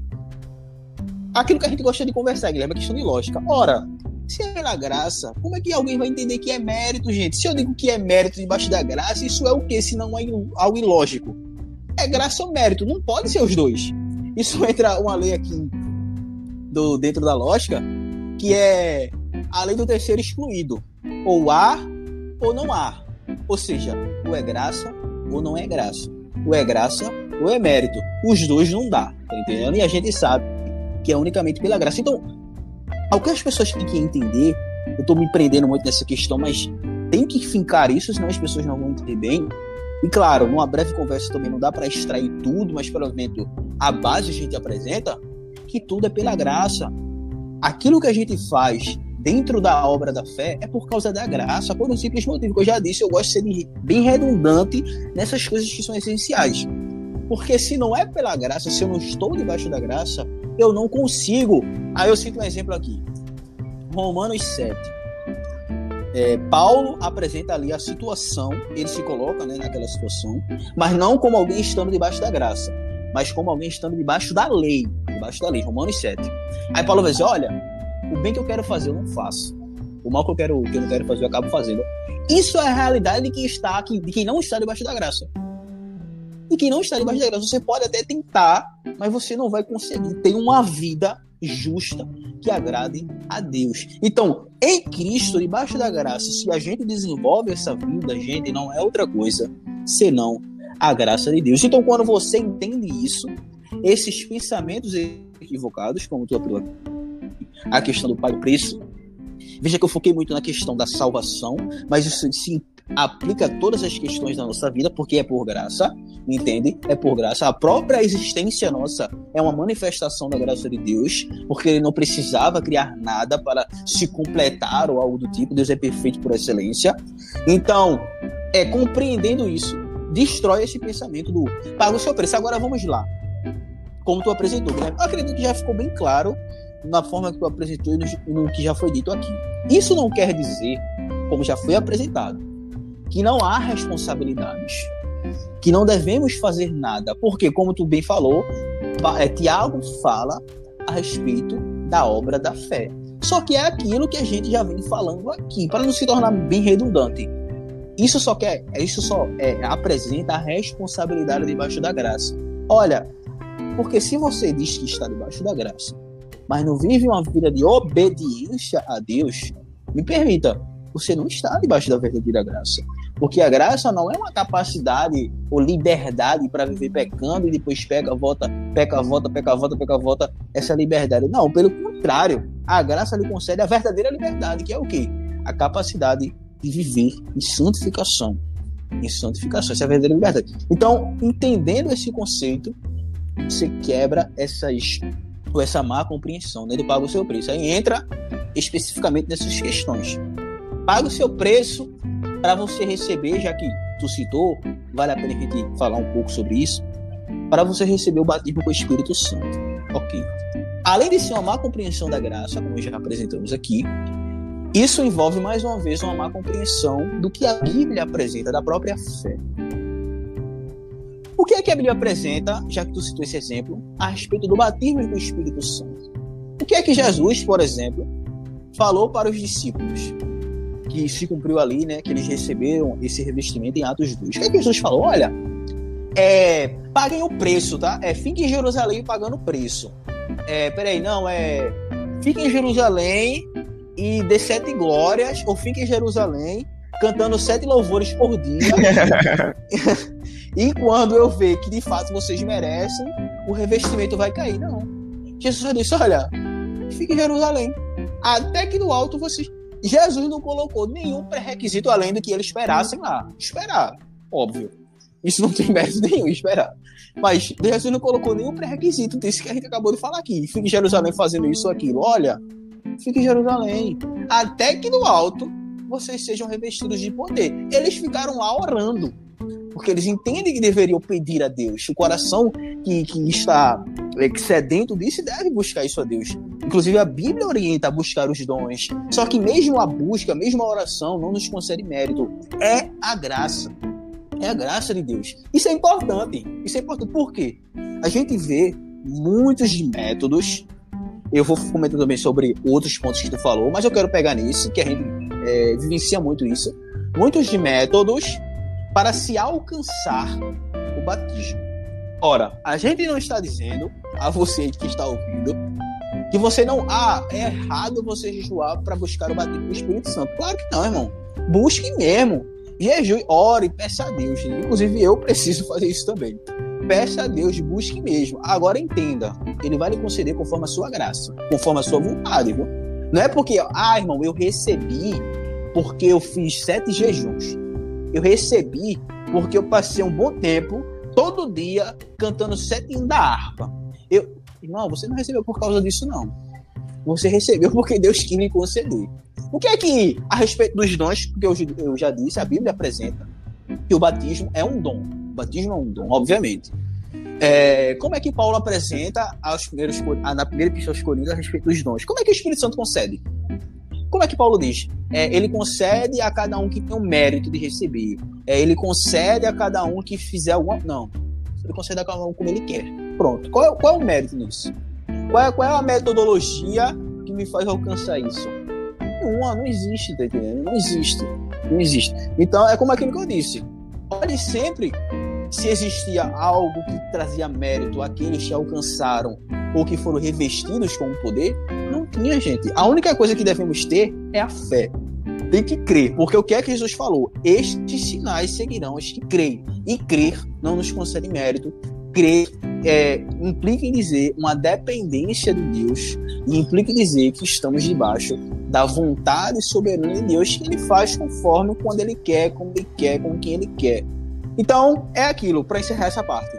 aquilo que a gente gosta de conversar, Guilherme, é questão de lógica. Ora, se é pela graça, como é que alguém vai entender que é mérito, gente? Se eu digo que é mérito debaixo da graça, isso é o quê? Se não é algo ilógico. É graça ou mérito, não pode ser os dois. Isso entra uma lei aqui do, dentro da lógica, que é a lei do terceiro excluído. Ou há ou não há. Ou seja, ou é graça ou não é graça. Ou é graça ou é mérito. Os dois não dá, tá entendendo? E a gente sabe que é unicamente pela graça. Então, o que as pessoas têm que entender, eu estou me prendendo muito nessa questão, mas tem que fincar isso, senão as pessoas não vão entender bem. E claro, numa breve conversa também não dá para extrair tudo, mas pelo menos a base a gente apresenta que tudo é pela graça. Aquilo que a gente faz dentro da obra da fé é por causa da graça, por um simples motivo que eu já disse, eu gosto de ser bem redundante nessas coisas que são essenciais. Porque se não é pela graça, se eu não estou debaixo da graça, eu não consigo. Aí eu cito um exemplo aqui. Romanos sete. É, Paulo apresenta ali a situação, ele se coloca, né, naquela situação, mas não como alguém estando debaixo da graça, mas como alguém estando debaixo da lei. Debaixo da lei, Romanos sete. Aí Paulo vai dizer, olha, o bem que eu quero fazer eu não faço. O mal que eu, quero, que eu não quero fazer eu acabo fazendo. Isso é a realidade de quem, está, de quem não está debaixo da graça. E quem não está debaixo da graça, você pode até tentar, mas você não vai conseguir ter uma vida justa que agrade a Deus. Então, em Cristo, debaixo da graça, se a gente desenvolve essa vida, gente, não é outra coisa senão a graça de Deus. Então, quando você entende isso, esses pensamentos equivocados, como tu apelou, a questão do pago preço, veja que eu foquei muito na questão da salvação, mas isso se aplica a todas as questões da nossa vida, porque é por graça, entende? É por graça. A própria existência nossa é uma manifestação da graça de Deus, porque ele não precisava criar nada para se completar ou algo do tipo. Deus é perfeito por excelência. Então, é compreendendo isso, destrói esse pensamento do paga o seu preço. Agora vamos lá. Como tu apresentou, né? Eu acredito que já ficou bem claro na forma que tu apresentou e no, no que já foi dito aqui. Isso não quer dizer, como já foi apresentado, que não há responsabilidades, que não devemos fazer nada, porque, como tu bem falou, é, Tiago fala a respeito da obra da fé. Só que é aquilo que a gente já vem falando aqui, para não se tornar bem redundante. Isso só quer, isso só é, apresenta a responsabilidade debaixo da graça. Olha, porque se você diz que está debaixo da graça, mas não vive uma vida de obediência a Deus, me permita, você não está debaixo da verdadeira graça. Porque a graça não é uma capacidade ou liberdade para viver pecando e depois peca, volta, peca, volta, peca, volta, peca, volta, essa liberdade. Não, pelo contrário, a graça lhe concede a verdadeira liberdade, que é o quê? A capacidade de viver em santificação. Em santificação, essa é a verdadeira liberdade. Então, entendendo esse conceito, você quebra essas, ou essa má compreensão, né, do paga o seu preço. Aí entra especificamente nessas questões. Paga o seu preço para você receber, já que tu citou, vale a pena a gente falar um pouco sobre isso, para você receber o batismo com o Espírito Santo. Ok. Além de ser uma má compreensão da graça, como já apresentamos aqui, isso envolve mais uma vez uma má compreensão do que a Bíblia apresenta, da própria fé. O que é que a Bíblia apresenta, já que tu citou esse exemplo, a respeito do batismo com o Espírito Santo? O que é que Jesus, por exemplo, falou para os discípulos? Que se cumpriu ali, né, que eles receberam esse revestimento em Atos dois. O que é que Jesus falou? Olha, é, paguem o preço, tá? É, fiquem em Jerusalém pagando o preço. É, peraí, não, é, fiquem em Jerusalém e dê sete glórias, ou fiquem em Jerusalém cantando sete louvores por dia. E quando eu ver que de fato vocês merecem, o revestimento vai cair. Não. Jesus disse, olha, fiquem em Jerusalém. Até que no alto vocês... Jesus não colocou nenhum pré-requisito além do que eles esperassem lá. Esperar, óbvio. Isso não tem mérito nenhum, esperar. Mas Jesus não colocou nenhum pré-requisito desse que a gente acabou de falar aqui. Fique em Jerusalém fazendo isso ou aquilo. Olha, fique em Jerusalém, até que no alto vocês sejam revestidos de poder. Eles ficaram lá orando, porque eles entendem que deveriam pedir a Deus. O coração que, que está sedento disso deve buscar isso a Deus. Inclusive a Bíblia orienta a buscar os dons. Só que mesmo a busca, mesmo a oração não nos concede mérito. É a graça. É a graça de Deus. Isso é importante. Isso é importante. Por quê? A gente vê muitos métodos. Eu vou comentar também sobre outros pontos que tu falou, mas eu quero pegar nesse, que a gente é, vivencia muito isso. Muitos de métodos para se alcançar o batismo. Ora, a gente não está dizendo a você que está ouvindo que você não... Ah, é errado você jejuar para buscar o batismo do Espírito Santo. Claro que não, irmão. Busque mesmo. Jejue, ore, peça a Deus. Inclusive eu preciso fazer isso também. Peça a Deus, busque mesmo. Agora entenda, Ele vai lhe conceder conforme a sua graça, conforme a sua vontade, viu? Não é porque, ah, irmão, eu recebi porque eu fiz sete jejuns. Eu recebi porque eu passei um bom tempo, todo dia, cantando sete hinos da harpa. Eu, irmão, você não recebeu por causa disso, não. Você recebeu porque Deus quis lhe conceder. O que é que, a respeito dos dons, porque eu, eu já disse, a Bíblia apresenta que o batismo é um dom. O batismo é um dom, obviamente. É, como é que Paulo apresenta aos primeiros, na primeira epístola aos Coríntios a respeito dos dons? Como é que o Espírito Santo concede? Como é que Paulo diz? É, ele concede a cada um que tem o mérito de receber. É, ele concede a cada um que fizer alguma... Não. Ele concede a cada um como ele quer. Pronto. Qual é, qual é o mérito nisso? Qual é, qual é a metodologia que me faz alcançar isso? Não, não existe, tá entendendo? Não existe. Não existe. Então, é como aquilo que eu disse. Olhe sempre se existia algo que trazia mérito àqueles que alcançaram ou que foram revestidos com o poder. Não tinha, gente. A única coisa que devemos ter é a fé. Tem que crer, porque o que é que Jesus falou? Estes sinais seguirão os que creem. E crer não nos concede mérito. Crer é, implica em dizer uma dependência de Deus e implica em dizer que estamos debaixo da vontade soberana de Deus, que Ele faz conforme quando Ele quer, como Ele quer, com quem Ele quer. Então, é aquilo, para encerrar essa parte.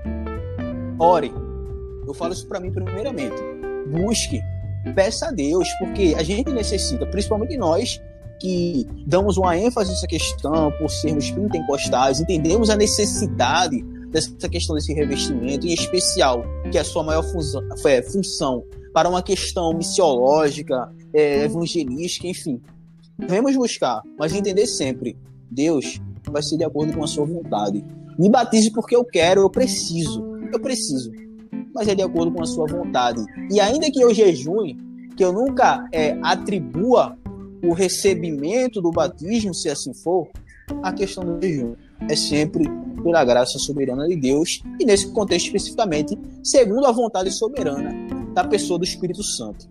Ore. Eu falo isso para mim primeiramente. Busque. Peça a Deus, porque a gente necessita, principalmente nós, que damos uma ênfase nessa questão por sermos pentecostais, entendemos a necessidade dessa questão desse revestimento, em especial, que é a sua maior função, é, função para uma questão missiológica, é, evangelística, enfim. Devemos buscar, mas entender sempre, Deus vai ser de acordo com a sua vontade. Me batize porque eu quero, eu preciso, eu preciso, mas é de acordo com a sua vontade. E ainda que eu jejue, que eu nunca é, atribua o recebimento do batismo, se assim for, a questão do jejum é sempre pela graça soberana de Deus, e nesse contexto especificamente, segundo a vontade soberana da pessoa do Espírito Santo.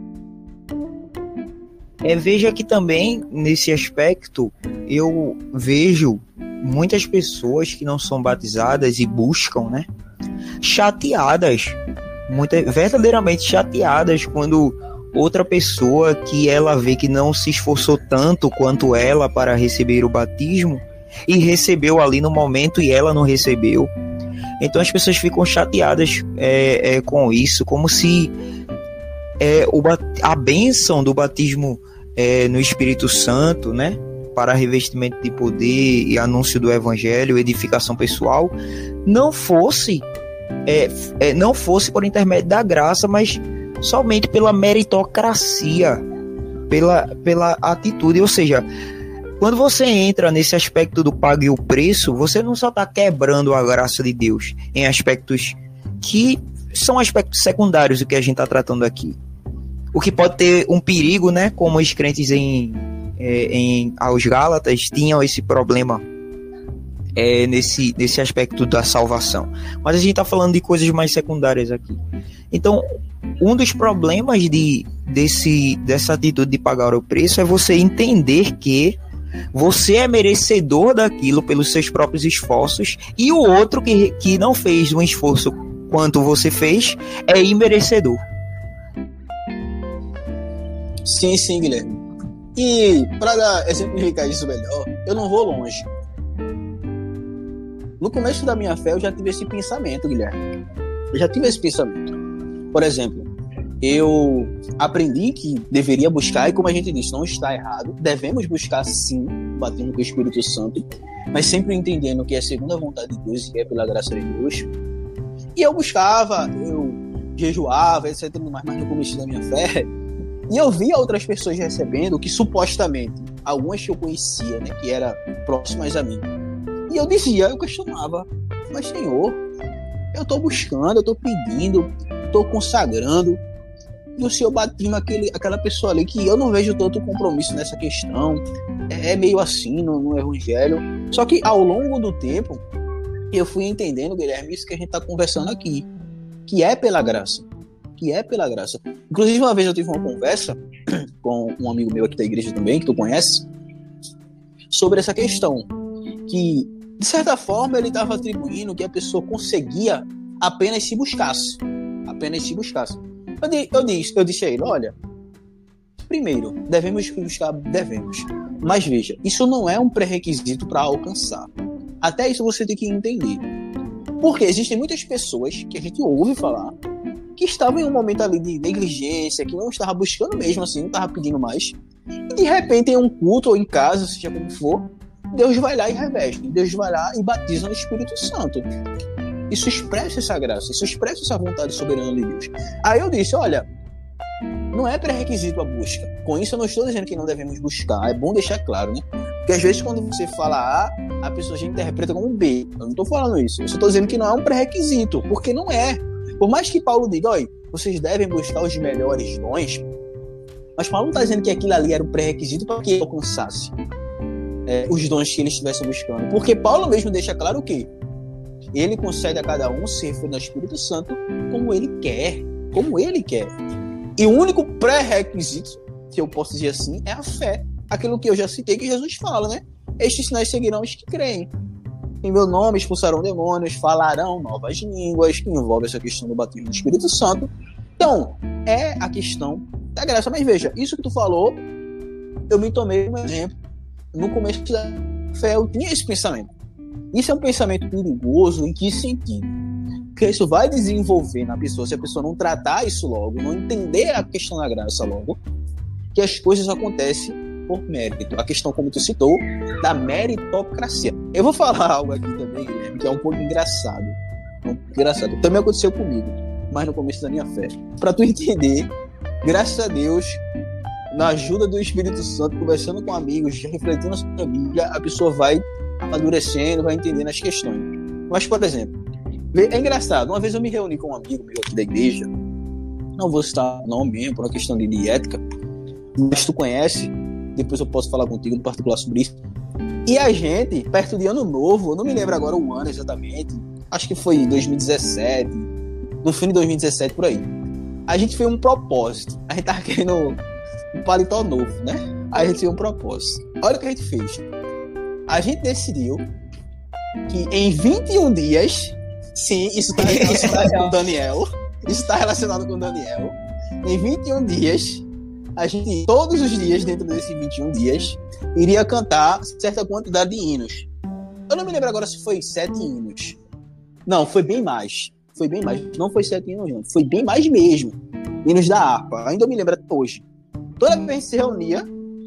É, veja que também, nesse aspecto, eu vejo muitas pessoas que não são batizadas e buscam, né, chateadas, muita, verdadeiramente chateadas quando outra pessoa que ela vê que não se esforçou tanto quanto ela para receber o batismo e recebeu ali no momento e ela não recebeu. Então as pessoas ficam chateadas é, é, com isso, como se é, o, a bênção do batismo é, no Espírito Santo, né, para revestimento de poder e anúncio do Evangelho, edificação pessoal, não fosse, é, é, não fosse por intermédio da graça, mas somente pela meritocracia, pela, pela atitude. Ou seja, quando você entra nesse aspecto do pague o preço, você não só está quebrando a graça de Deus em aspectos que são aspectos secundários do que a gente está tratando aqui. O que pode ter um perigo, né? Como os crentes em, em, aos Gálatas tinham esse problema é, nesse, nesse aspecto da salvação. Mas a gente está falando de coisas mais secundárias aqui. Então, um dos problemas de, desse, dessa atitude de pagar o preço é você entender que você é merecedor daquilo pelos seus próprios esforços e o outro que, que não fez um esforço quanto você fez é imerecedor. Sim, sim, Guilherme. E para exemplificar isso melhor, eu não vou longe. No começo da minha fé eu já tive esse pensamento, Guilherme. Eu já tive esse pensamento. Por exemplo, eu aprendi que deveria buscar, e como a gente disse, não está errado, devemos buscar sim, batendo com o Espírito Santo, mas sempre entendendo que é segundo a vontade de Deus e é pela graça de Deus. E eu buscava, eu jejuava, etc, mas mais no começo da minha fé, e eu via outras pessoas recebendo que supostamente, algumas que eu conhecia, né, que eram próximas a mim, e eu dizia, eu questionava, mas Senhor, eu estou buscando, eu estou pedindo, estou consagrando, e o Senhor batima aquele, aquela pessoa ali que eu não vejo tanto compromisso nessa questão, é, é meio assim no, no Evangelho. Só que ao longo do tempo, eu fui entendendo, Guilherme, isso que a gente está conversando aqui, que é pela graça, que é pela graça. Inclusive, uma vez eu tive uma conversa com um amigo meu aqui da igreja também, que tu conhece, sobre essa questão, que, de certa forma, ele estava atribuindo que a pessoa conseguia apenas se buscasse, apenas se buscasse. Eu, di, eu, disse, eu disse a ele, olha, primeiro, devemos buscar, devemos, mas veja, isso não é um pré-requisito para alcançar. Até isso você tem que entender. Porque existem muitas pessoas que a gente ouve falar que estavam em um momento ali de negligência, que não estava buscando mesmo assim, não estava pedindo mais, e de repente em um culto ou em casa, seja como for, Deus vai lá e reveste, Deus vai lá e batiza no Espírito Santo. Isso expressa essa graça, isso expressa essa vontade soberana de Deus. Aí eu disse, olha, não é pré-requisito a busca. Com isso eu não estou dizendo que não devemos buscar, é bom deixar claro, né? Porque às vezes quando você fala A, a pessoa já interpreta como B. Eu não estou falando isso, eu só estou dizendo que não é um pré-requisito, porque não é. Por mais que Paulo diga, olha, vocês devem buscar os melhores dons, mas Paulo não está dizendo que aquilo ali era um pré-requisito para que ele alcançasse é, os dons que ele estivesse buscando. Porque Paulo mesmo deixa claro o quê? Ele concede a cada um ser feito no Espírito Santo como ele quer, como ele quer. E o único pré-requisito, que eu posso dizer assim, é a fé. Aquilo que eu já citei, que Jesus fala, né? Estes sinais seguirão os que creem. Em meu nome expulsarão demônios, falarão novas línguas, que envolve essa questão do batismo do Espírito Santo. Então, é a questão da graça. Mas veja, isso que tu falou, eu me tomei um exemplo. No começo da fé, eu tinha esse pensamento. Isso é um pensamento perigoso em que sentido? Porque isso vai desenvolver na pessoa, se a pessoa não tratar isso logo, não entender a questão da graça logo, que as coisas acontecem por mérito. A questão, como tu citou, da meritocracia. Eu vou falar algo aqui também, Guilherme, que é um pouco engraçado. Um pouco engraçado. Também aconteceu comigo, mas no começo da minha fé. Para tu entender, graças a Deus, na ajuda do Espírito Santo, conversando com amigos, refletindo sobre a Bíblia, a pessoa vai amadurecendo, vai entendendo as questões. Mas, por exemplo, é engraçado, uma vez eu me reuni com um amigo meu aqui da igreja, não vou citar o nome mesmo, por uma questão de, de ética, mas tu conhece, depois eu posso falar contigo no particular sobre isso. E a gente, perto de Ano Novo, eu não me lembro agora o ano exatamente, acho que foi em dois mil e dezessete, no fim de dois mil e dezessete, por aí. A gente fez um propósito, a gente tava querendo um paletó novo, né? Aí a gente fez um propósito. Olha o que a gente fez. A gente decidiu que em vinte e um dias, sim, isso está relacionado com o Daniel, isso está relacionado com o Daniel, em vinte e um dias, a gente, todos os dias, dentro desses vinte e um dias, iria cantar certa quantidade de hinos. Eu não me lembro agora se foi sete hinos. Não, foi bem mais. Foi bem mais. Não foi sete hinos, não. Foi bem mais mesmo. Hinos da harpa. Ainda me lembro até hoje. Toda vez que se reunia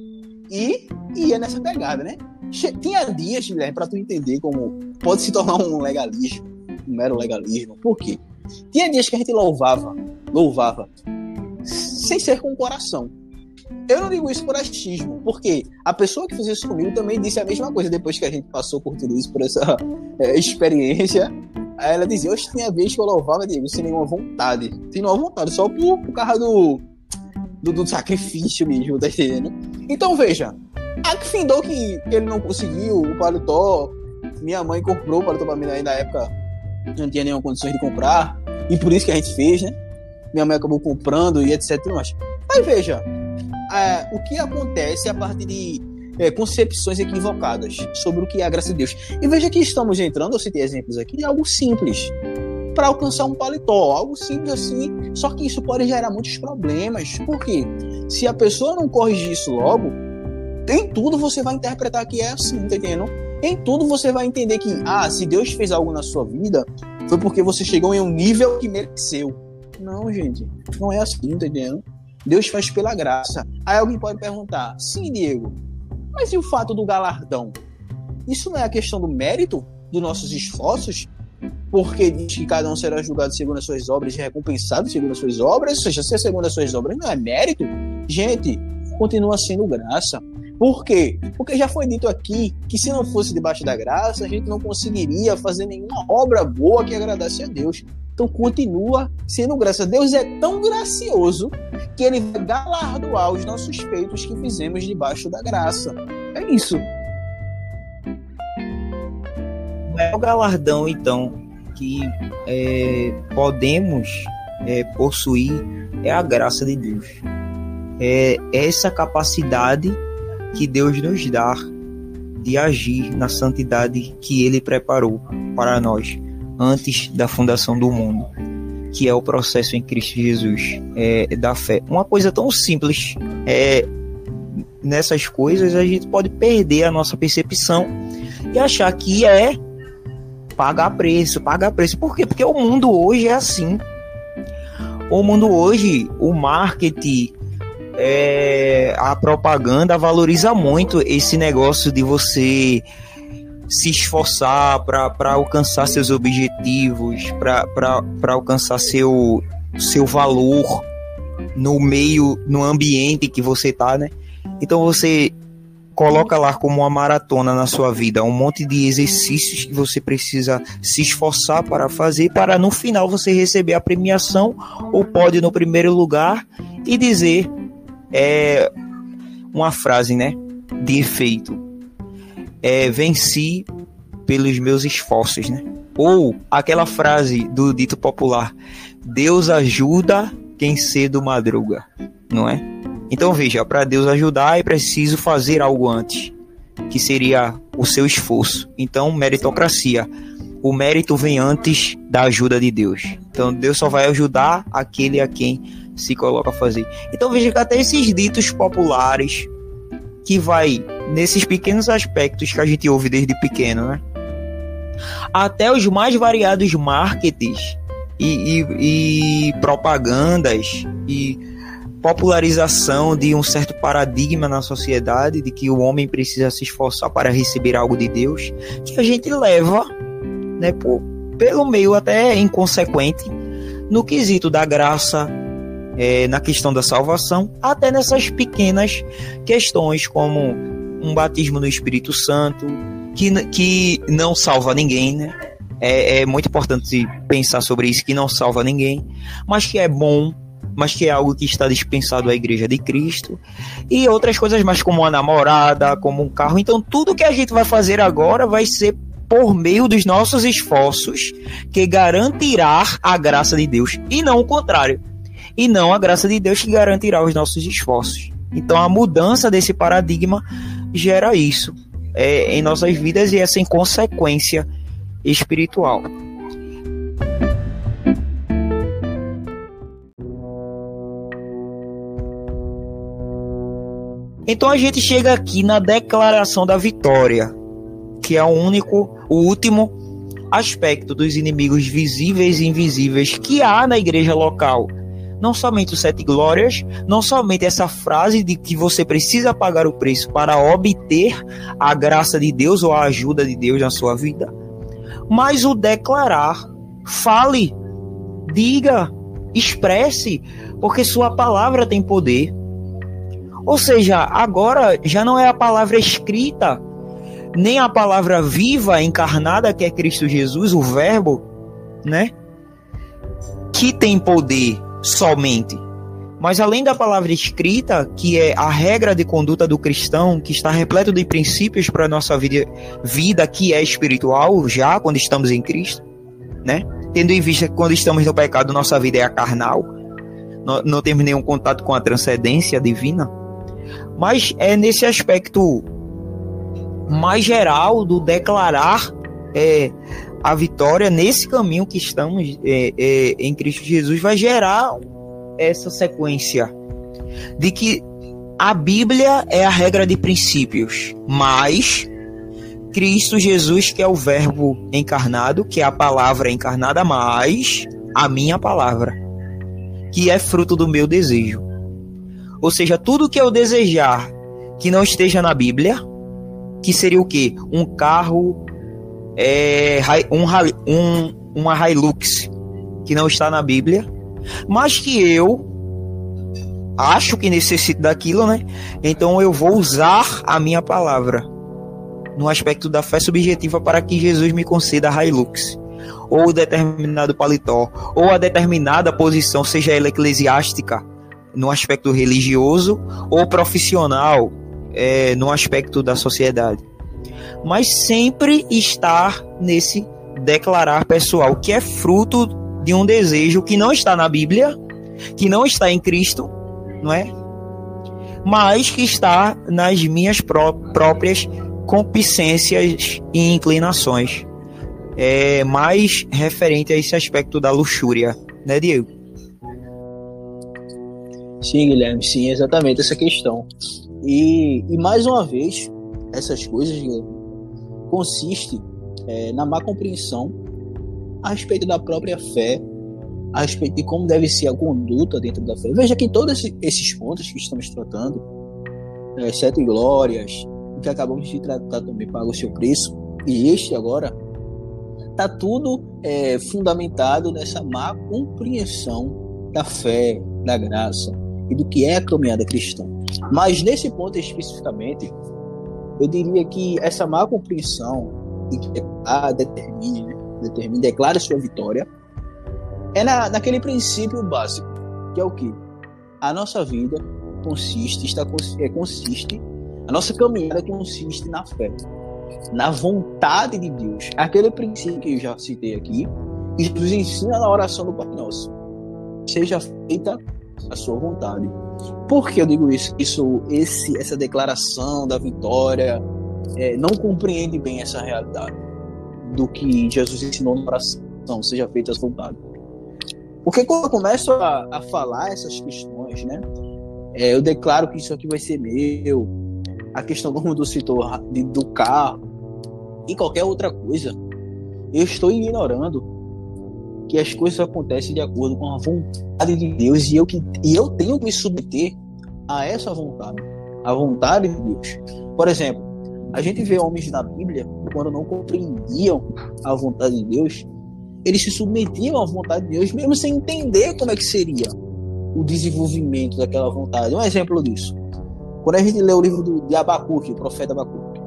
e ia nessa pegada, né? Tinha dias, Guilherme, pra tu entender como pode se tornar um legalismo, um mero legalismo. Por quê? Tinha dias que a gente louvava, louvava, sem ser com o coração. Eu não digo isso por achismo, porque a pessoa que fez isso comigo também disse a mesma coisa depois que a gente passou por tudo isso, por essa é, experiência. Aí ela dizia, hoje tinha vez que eu louvava, Diego, sem nenhuma vontade. Sem nenhuma vontade, só por, por causa do, do, do sacrifício mesmo, tá entendendo? Então, veja, a que findou que ele não conseguiu o paletó, minha mãe comprou o paletó pra mim aí na época, não tinha nenhuma condição de comprar, e por isso que a gente fez, né? Minha mãe acabou comprando e etc. Mas, aí veja, é, o que acontece a partir de é, concepções equivocadas sobre o que é a graça de Deus. E veja que estamos entrando, eu citei exemplos aqui, de algo simples, para alcançar um paletó, algo simples assim, só que isso pode gerar muitos problemas. Por quê? Se a pessoa não corrigir isso logo, em tudo você vai interpretar que é assim, tá entendendo? Em tudo você vai entender que, ah, se Deus fez algo na sua vida, foi porque você chegou em um nível que mereceu. Não, gente, não é assim, tá entendendo? Deus faz pela graça. Aí alguém pode perguntar, sim, Diego, mas e o fato do galardão? Isso não é a questão do mérito dos nossos esforços? Porque diz que cada um será julgado segundo as suas obras e recompensado segundo as suas obras, ou seja, se é segundo as suas obras não é mérito, gente, continua sendo graça. Por quê? Porque já foi dito aqui que se não fosse debaixo da graça, a gente não conseguiria fazer nenhuma obra boa que agradasse a Deus. Então continua sendo graça. Deus é tão gracioso que ele vai galardoar os nossos feitos que fizemos debaixo da graça. É isso. O maior galardão, então, que é, podemos é, possuir é a graça de Deus. É essa capacidade que Deus nos dá de agir na santidade que Ele preparou para nós antes da fundação do mundo, que é o processo em Cristo Jesus, é, da fé. Uma coisa tão simples, é, nessas coisas a gente pode perder a nossa percepção e achar que é pagar preço, pagar preço. Por quê? Porque o mundo hoje é assim. O mundo hoje, o marketing, é, a propaganda valoriza muito esse negócio de você se esforçar para alcançar seus objetivos, para alcançar seu, seu valor no meio, no ambiente que você tá, né? Então você coloca lá como uma maratona na sua vida, um monte de exercícios que você precisa se esforçar para fazer, para no final você receber a premiação ou pode no primeiro lugar e dizer é, uma frase, né, de efeito. É, venci pelos meus esforços, né? Ou aquela frase do dito popular: Deus ajuda quem cedo madruga, não é? Então veja, para Deus ajudar é preciso fazer algo antes, que seria o seu esforço. Então, meritocracia. O mérito vem antes da ajuda de Deus. Então Deus só vai ajudar aquele a quem se coloca a fazer. Então veja que até esses ditos populares, que vai nesses pequenos aspectos que a gente ouve desde pequeno, né? Até os mais variados marketings e, e, e propagandas e popularização de um certo paradigma na sociedade de que o homem precisa se esforçar para receber algo de Deus, que a gente leva, né, por, pelo meio até inconsequente no quesito da graça, É, na questão da salvação, até nessas pequenas questões como um batismo no Espírito Santo, que, que não salva ninguém, né? É, é muito importante pensar sobre isso, que não salva ninguém, mas que é bom, mas que é algo que está dispensado à Igreja de Cristo, e outras coisas mais como uma namorada, como um carro. Então tudo que a gente vai fazer agora vai ser por meio dos nossos esforços, que garantirá a graça de Deus, e não o contrário. E não a graça de Deus que garantirá os nossos esforços. Então a mudança desse paradigma gera isso é, em nossas vidas e essa inconsequência espiritual. Então a gente chega aqui na declaração da vitória, que é o único, o último aspecto dos inimigos visíveis e invisíveis que há na igreja local. Não somente os sete glórias, não somente essa frase de que você precisa pagar o preço para obter a graça de Deus ou a ajuda de Deus na sua vida, mas o declarar. Fale, diga, expresse, porque sua palavra tem poder. Ou seja, agora já não é a palavra escrita, nem a palavra viva, encarnada, que é Cristo Jesus, o Verbo, né, que tem poder somente, mas além da palavra escrita, que é a regra de conduta do cristão, que está repleto de princípios para a nossa vida, vida que é espiritual, já quando estamos em Cristo, né? Tendo em vista que quando estamos no pecado, nossa vida é a carnal, não, não temos nenhum contato com a transcendência divina, mas é nesse aspecto mais geral do declarar é, a vitória nesse caminho que estamos é, é, em Cristo Jesus, vai gerar essa sequência de que a Bíblia é a regra de princípios, mas Cristo Jesus, que é o Verbo encarnado, que é a palavra encarnada, mais a minha palavra. que é fruto do meu desejo. Ou seja, tudo que eu desejar que não esteja na Bíblia, que seria o quê? Um carro, é, um, um, uma Hilux, que não está na Bíblia, mas que eu acho que necessito daquilo, né? Então eu vou usar a minha palavra no aspecto da fé subjetiva para que Jesus me conceda a Hilux, ou determinado paletó, ou a determinada posição, seja ela eclesiástica, no aspecto religioso, ou profissional, é, no aspecto da sociedade. Mas sempre estar nesse declarar pessoal, que é fruto de um desejo que não está na Bíblia, que não está em Cristo, não é? Mas que está nas minhas pró- próprias concupiscências e inclinações. É mais referente a esse aspecto da luxúria, né, Diego? Sim, Guilherme, sim, exatamente essa questão. E, e mais uma vez, essas coisas, Guilherme, consiste é, na má compreensão a respeito da própria fé, a respeito de como deve ser a conduta dentro da fé. Veja que em todos esses pontos que estamos tratando, é, sete glórias, que acabamos de tratar também, paga o seu preço, e este agora, está tudo é, fundamentado nessa má compreensão da fé, da graça e do que é a caminhada cristã. Mas nesse ponto especificamente, eu diria que essa má compreensão e que ah, determine, né, determine, declare sua vitória, é na, naquele princípio básico, que é o que? A nossa vida consiste, está, é, consiste, a nossa caminhada consiste na fé, na vontade de Deus. Aquele princípio que eu já citei aqui, que Jesus ensina na oração do Pai Nosso. Seja feita a sua vontade. Por que eu digo isso? Isso esse, essa declaração da vitória é, não compreende bem essa realidade do que Jesus ensinou na oração, seja feita a sua vontade. Porque quando eu começo a, a falar essas questões, né, é, eu declaro que isso aqui vai ser meu, a questão como tu citou de, do carro e qualquer outra coisa, eu estou ignorando que as coisas acontecem de acordo com a vontade de Deus, e eu, que, e eu tenho que me submeter a essa vontade, a vontade de Deus. Por exemplo, a gente vê homens na Bíblia, quando não compreendiam a vontade de Deus, eles se submetiam à vontade de Deus, mesmo sem entender como é que seria o desenvolvimento daquela vontade. Um exemplo disso, quando a gente lê o livro do, de Abacuque, o profeta Abacuque,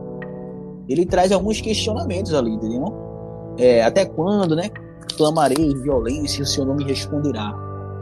ele traz alguns questionamentos ali, entendeu? É, até quando, né? Clamarei violência e o Senhor não me responderá.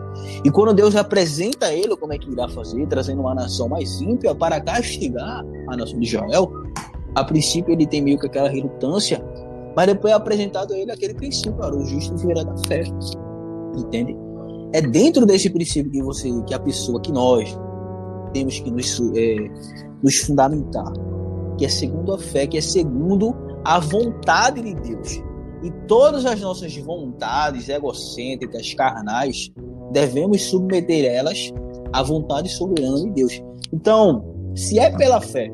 E quando Deus apresenta a ele como é que irá fazer, trazendo uma nação mais ímpia para castigar a nação de Israel, a princípio ele tem meio que aquela relutância, mas depois é apresentado a ele aquele princípio, para o justo viverá da fé. Entende? É dentro desse princípio que você, que a pessoa, que nós temos que nos, é, nos fundamentar, que é segundo a fé, que é segundo a vontade de Deus. E todas as nossas vontades egocêntricas, carnais, devemos submeter elas à vontade soberana de Deus. Então, se é pela fé,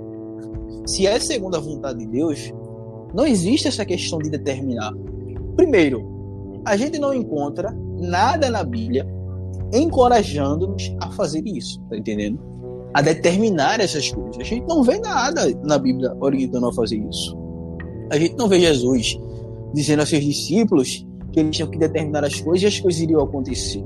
se é segundo a vontade de Deus, não existe essa questão de determinar. Primeiro, a gente não encontra nada na Bíblia encorajando-nos a fazer isso, tá entendendo? A determinar essas coisas. A gente não vê nada na Bíblia orientando a fazer isso. A gente não vê Jesus dizendo a seus discípulos que eles tinham que determinar as coisas e as coisas iriam acontecer.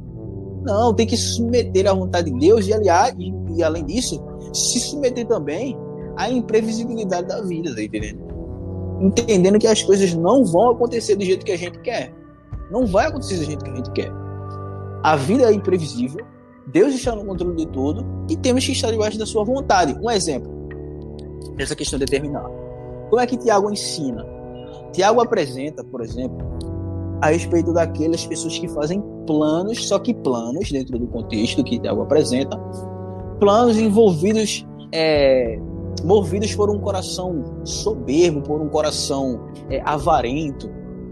Não, tem que se submeter à vontade de Deus e, aliás, e, e além disso, se submeter também à imprevisibilidade da vida, tá entendendo? Entendendo que as coisas não vão acontecer do jeito que a gente quer. Não vai acontecer do jeito que a gente quer. A vida é imprevisível, Deus está no controle de tudo e temos que estar debaixo da sua vontade. Um exemplo dessa questão de determinar. Como é que Tiago ensina? Tiago apresenta, por exemplo, a respeito daquelas pessoas que fazem planos, só que planos, dentro do contexto que Tiago apresenta, planos envolvidos, é, movidos por um coração soberbo, por um coração é, avarento.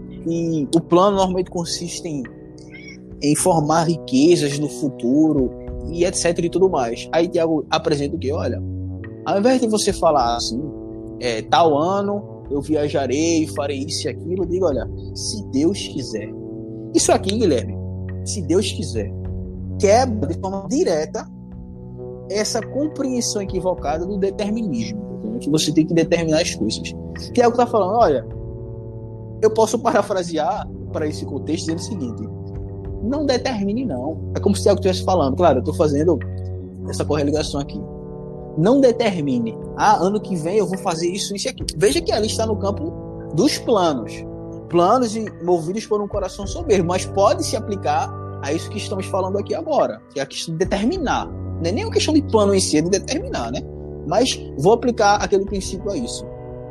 E o plano normalmente consiste em, em formar riquezas no futuro, e etc e tudo mais. Aí Tiago apresenta o que? Olha, ao invés de você falar assim, é, tal ano eu viajarei, farei isso e aquilo, eu digo, olha, se Deus quiser. Isso aqui, Guilherme, se Deus quiser. quebra de forma direta essa compreensão equivocada do determinismo, entendeu? Que você tem que determinar as coisas. Tiago está falando, olha, eu posso parafrasear para esse contexto dizendo o seguinte: não determine não. É como se o Tiago estivesse falando, claro, eu estou fazendo essa correligação aqui. Não determine, ah, ano que vem eu vou fazer isso, isso e aquilo. Veja que ali está no campo dos planos. Planos e movidos por um coração soberbo, mas pode se aplicar a isso que estamos falando aqui agora, que é a questão de determinar. Não é nem uma questão de plano em si, é de determinar, né? Mas vou aplicar aquele princípio a isso.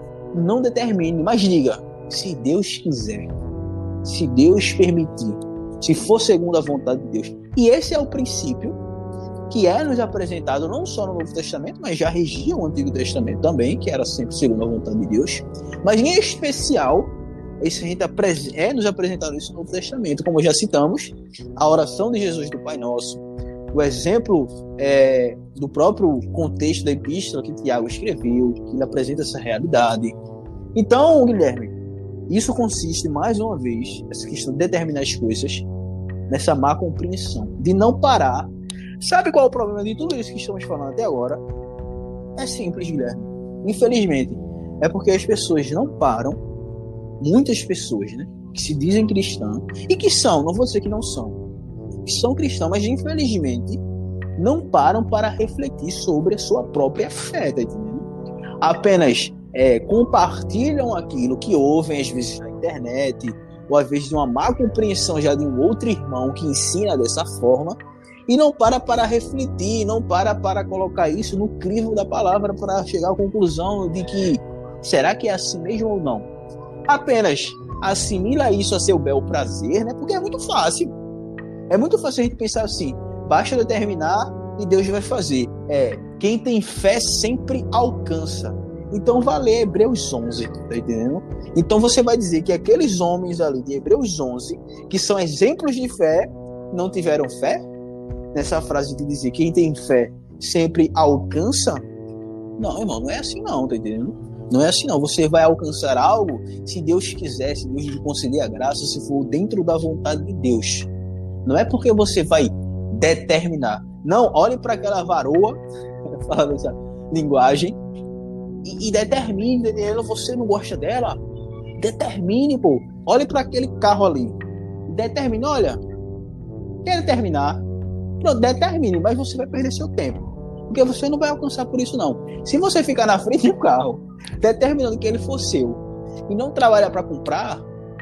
Não determine, mas diga, se Deus quiser, se Deus permitir, se for segundo a vontade de Deus. E esse é o princípio que é nos apresentado não só no Novo Testamento, mas já regia o Antigo Testamento também, que era sempre segundo a vontade de Deus, mas em especial esse a gente é nos apresentado isso no Novo Testamento, como já citamos, a oração de Jesus do Pai Nosso, o exemplo é, do próprio contexto da epístola que Tiago escreveu, que ele apresenta essa realidade. Então, Guilherme, isso consiste, mais uma vez, essa questão de determinar as coisas, nessa má compreensão, de não parar. Sabe qual é o problema de tudo isso que estamos falando até agora? É simples, Guilherme. Infelizmente, é porque as pessoas não param, muitas pessoas, né, que se dizem cristãs, e que são, não vou dizer que não são, que são cristãos, mas infelizmente não param para refletir sobre a sua própria fé, tá entendendo? Apenas é, compartilham aquilo que ouvem às vezes na internet, ou às vezes de uma má compreensão já de um outro irmão que ensina dessa forma, e não para para refletir, não para para colocar isso no crivo da palavra para chegar à conclusão de que será que é assim mesmo ou não? Apenas assimila isso a seu bel prazer, né? Porque é muito fácil. É muito fácil a gente pensar assim, basta determinar e Deus vai fazer. É, quem tem fé sempre alcança. Então vai ler Hebreus onze, tá entendendo? Então você vai dizer que aqueles homens ali de Hebreus onze, que são exemplos de fé, não tiveram fé? Nessa frase de dizer que quem tem fé sempre alcança? Não, irmão, não é assim não, tá entendendo? Não é assim não. Você vai alcançar algo se Deus quiser, se Deus lhe conceder a graça, se for dentro da vontade de Deus. Não é porque você vai determinar. Não, olhe para aquela varoa, falando essa linguagem, e, e determine, entendeu? Você não gosta dela? Determine, pô. Olhe para aquele carro ali. Determine, olha, quer determinar? Não, determine, mas você vai perder seu tempo. Porque você não vai alcançar por isso, não. Se você ficar na frente do carro, determinando que ele for seu, e não trabalhar para comprar,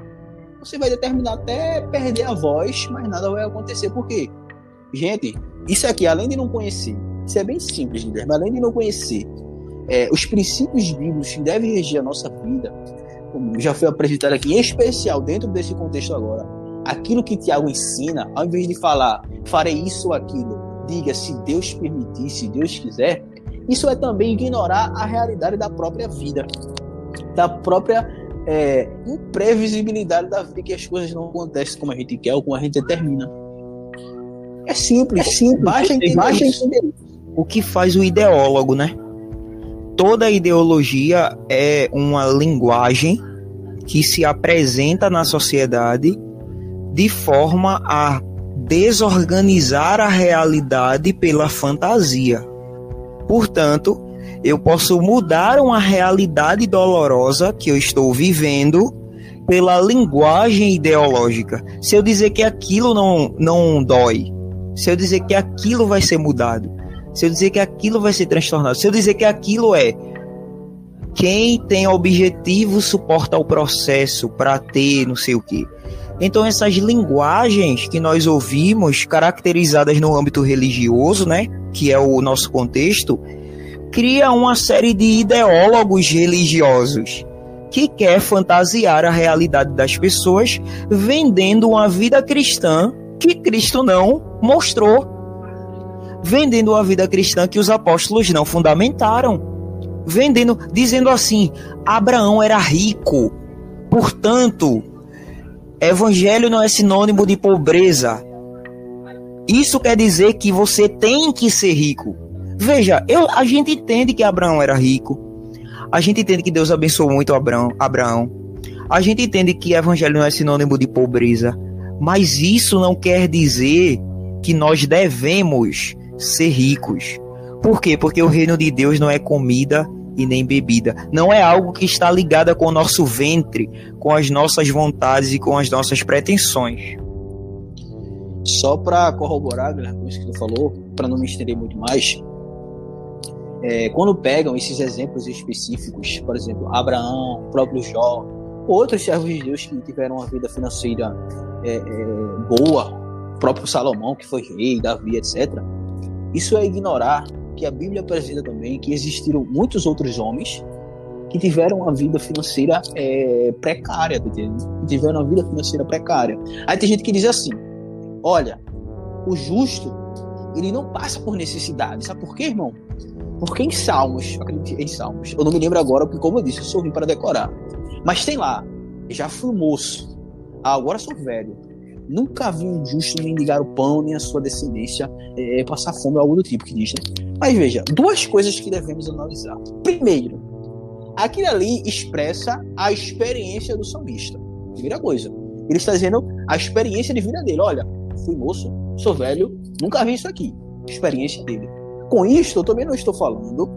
você vai determinar até perder a voz, mas nada vai acontecer. Por quê? Gente, isso aqui, além de não conhecer, isso é bem simples, Guilherme, além de não conhecer é, os princípios bíblicos que devem regir a nossa vida, como já foi apresentado aqui, em especial dentro desse contexto agora, aquilo que Tiago ensina, ao invés de falar, farei isso ou aquilo, diga, se Deus permitir, se Deus quiser, isso é também ignorar a realidade da própria vida, da própria é, imprevisibilidade da vida, que as coisas não acontecem como a gente quer ou como a gente determina. É simples, é simples. Basta entender, basta entender. O que faz o ideólogo, né? Toda ideologia é uma linguagem que se apresenta na sociedade de forma a desorganizar a realidade pela fantasia. Portanto, eu posso mudar uma realidade dolorosa que eu estou vivendo pela linguagem ideológica. Se eu dizer que aquilo não, não dói, se eu dizer que aquilo vai ser mudado, se eu dizer que aquilo vai ser transtornado, se eu dizer que aquilo é quem tem objetivo suporta o processo para ter não sei o quê. Então essas linguagens que nós ouvimos, caracterizadas no âmbito religioso, né, que é o nosso contexto, cria uma série de ideólogos religiosos que quer fantasiar a realidade das pessoas, vendendo uma vida cristã que Cristo não mostrou, vendendo uma vida cristã que os apóstolos não fundamentaram, vendendo, dizendo assim, Abraão era rico, portanto, evangelho não é sinônimo de pobreza. Isso quer dizer que você tem que ser rico. Veja, eu, a gente entende que Abraão era rico. A gente entende que Deus abençoou muito Abraão, Abraão. A gente entende que evangelho não é sinônimo de pobreza. Mas isso não quer dizer que nós devemos ser ricos. Por quê? Porque o reino de Deus não é comida e nem bebida. Não é algo que está ligado com o nosso ventre, com as nossas vontades e com as nossas pretensões. Só para corroborar, Guilherme, com isso que tu falou, para não me estender muito mais, é, quando pegam esses exemplos específicos, por exemplo, Abraão, o próprio Jó, outros servos de Deus que tiveram uma vida financeira é, é, boa, o próprio Salomão, que foi rei, Davi, etcétera, isso é ignorar que a Bíblia apresenta também que existiram muitos outros homens que tiveram uma vida financeira é, precária, tá entendendo? Que tiveram uma vida financeira precária. Aí tem gente que diz assim, olha, o justo, ele não passa por necessidade. Sabe por quê, irmão? Porque em Salmos, acredito em Salmos, eu não me lembro agora, porque como eu disse, eu sou ruim para decorar. Mas tem lá, já fui moço, agora sou velho. Nunca vi um justo mendigar o pão, nem a sua descendência é, passar fome ou algo do tipo que diz, né? Mas veja, duas coisas que devemos analisar. Primeiro, aquilo ali expressa a experiência do salmista. Primeira coisa, ele está dizendo a experiência de vida dele. Olha, fui moço, sou velho, nunca vi isso aqui. Experiência dele. Com isso, eu também não estou falando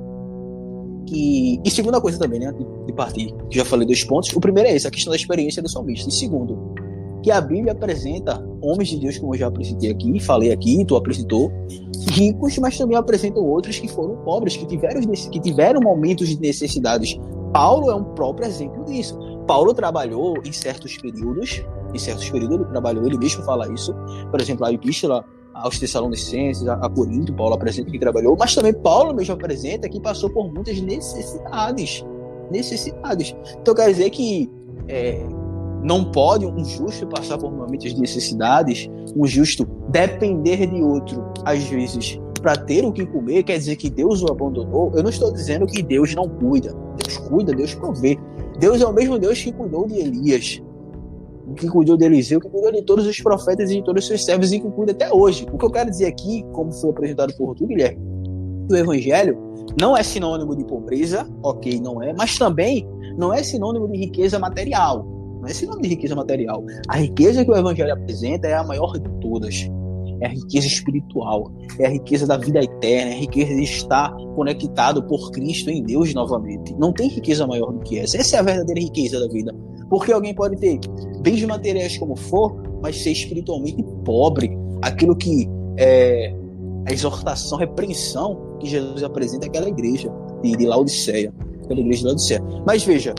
que... E segunda coisa também, né, de partir, já falei dois pontos. O primeiro é esse, a questão da experiência do salmista. E segundo, que a Bíblia apresenta homens de Deus, como eu já apresentei aqui, falei aqui, tu apresentou, ricos, mas também apresentam outros que foram pobres, que tiveram, que tiveram momentos de necessidades. Paulo é um próprio exemplo disso. Paulo trabalhou em certos períodos, em certos períodos ele trabalhou, ele mesmo fala isso, por exemplo, a epístola aos Tessalonicenses, a, a Corinto, Paulo apresenta que trabalhou, mas também Paulo mesmo apresenta que passou por muitas necessidades, necessidades. Então quer dizer que é, não pode um justo passar por momentos de necessidades, um justo depender de outro, às vezes, para ter o que comer, quer dizer que Deus o abandonou. Eu não estou dizendo que Deus não cuida. Deus cuida, Deus provê. Deus é o mesmo Deus que cuidou de Elias, que cuidou de Eliseu, que cuidou de todos os profetas e de todos os seus servos e que cuida até hoje. O que eu quero dizer aqui, como foi apresentado por tu, Guilherme, o Evangelho não é sinônimo de pobreza, ok, não é, mas também não é sinônimo de riqueza material. Não é sinônimo de riqueza material. A riqueza que o Evangelho apresenta é a maior de todas. É a riqueza espiritual, é a riqueza da vida eterna, é a riqueza de estar conectado por Cristo em Deus novamente. Não tem riqueza maior do que essa. Essa é a verdadeira riqueza da vida. Porque alguém pode ter bens materiais como for, mas ser espiritualmente pobre. Aquilo que é a exortação, a repreensão que Jesus apresenta àquela igreja de, de Laodiceia. Aquela igreja de Laodiceia. Mas veja,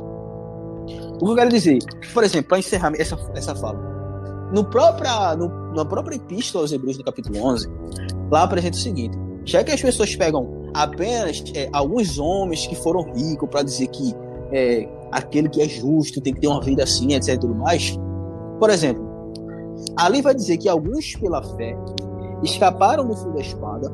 o que eu quero dizer, por exemplo, para encerrar essa, essa fala, no própria, no, na própria epístola aos Hebreus, no capítulo onze, lá apresenta o seguinte: já que as pessoas pegam apenas é, alguns homens que foram ricos para dizer que é, aquele que é justo tem que ter uma vida assim, etc e tudo mais, por exemplo, ali vai dizer que alguns pela fé escaparam do fio da espada,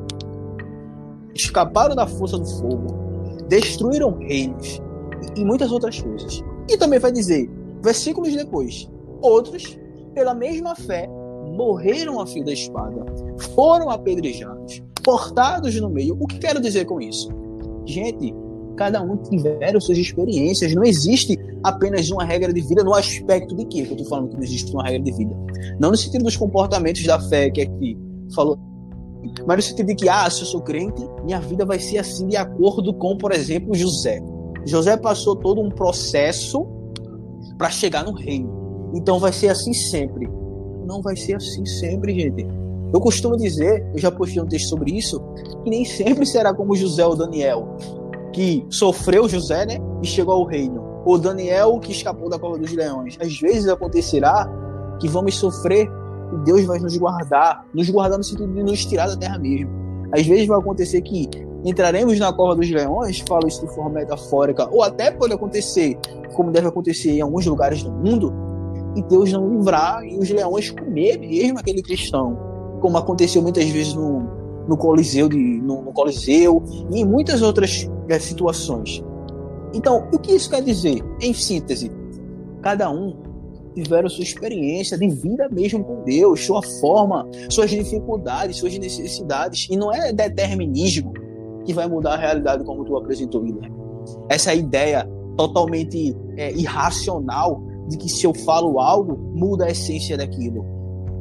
escaparam da força do fogo, destruíram reinos e, e muitas outras coisas. E também vai dizer, versículos depois, outros pela mesma fé, morreram a fio da espada, foram apedrejados, cortados no meio. O que quero dizer com isso? Gente, cada um tiveram suas experiências, não existe apenas uma regra de vida no aspecto de quê? Que eu estou falando que não existe uma regra de vida. Não no sentido dos comportamentos da fé, que aqui falou, mas no sentido de que, ah, se eu sou crente, minha vida vai ser assim de acordo com, por exemplo, José. José passou todo um processo para chegar no reino. Então vai ser assim sempre. Não vai ser assim sempre, gente. Eu costumo dizer, eu já postei um texto sobre isso, que nem sempre será como José ou Daniel, que sofreu José, né, e chegou ao reino. Ou Daniel, que escapou da cova dos leões. Às vezes acontecerá que vamos sofrer e Deus vai nos guardar, nos guardar no sentido de nos tirar da terra mesmo. Às vezes vai acontecer que entraremos na cova dos leões, falo isso de forma metafórica, ou até pode acontecer, como deve acontecer em alguns lugares do mundo, e Deus não livrar e os leões comer mesmo aquele cristão, como aconteceu muitas vezes no, no Coliseu, de, no, no Coliseu e em muitas outras é, situações. Então, o que isso quer dizer? Em síntese, cada um tiveram sua experiência de vida mesmo com Deus, sua forma, suas dificuldades, suas necessidades, e não é determinismo que vai mudar a realidade como tu apresentou, Guilherme. Essa ideia totalmente é, irracional de que se eu falo algo, muda a essência daquilo.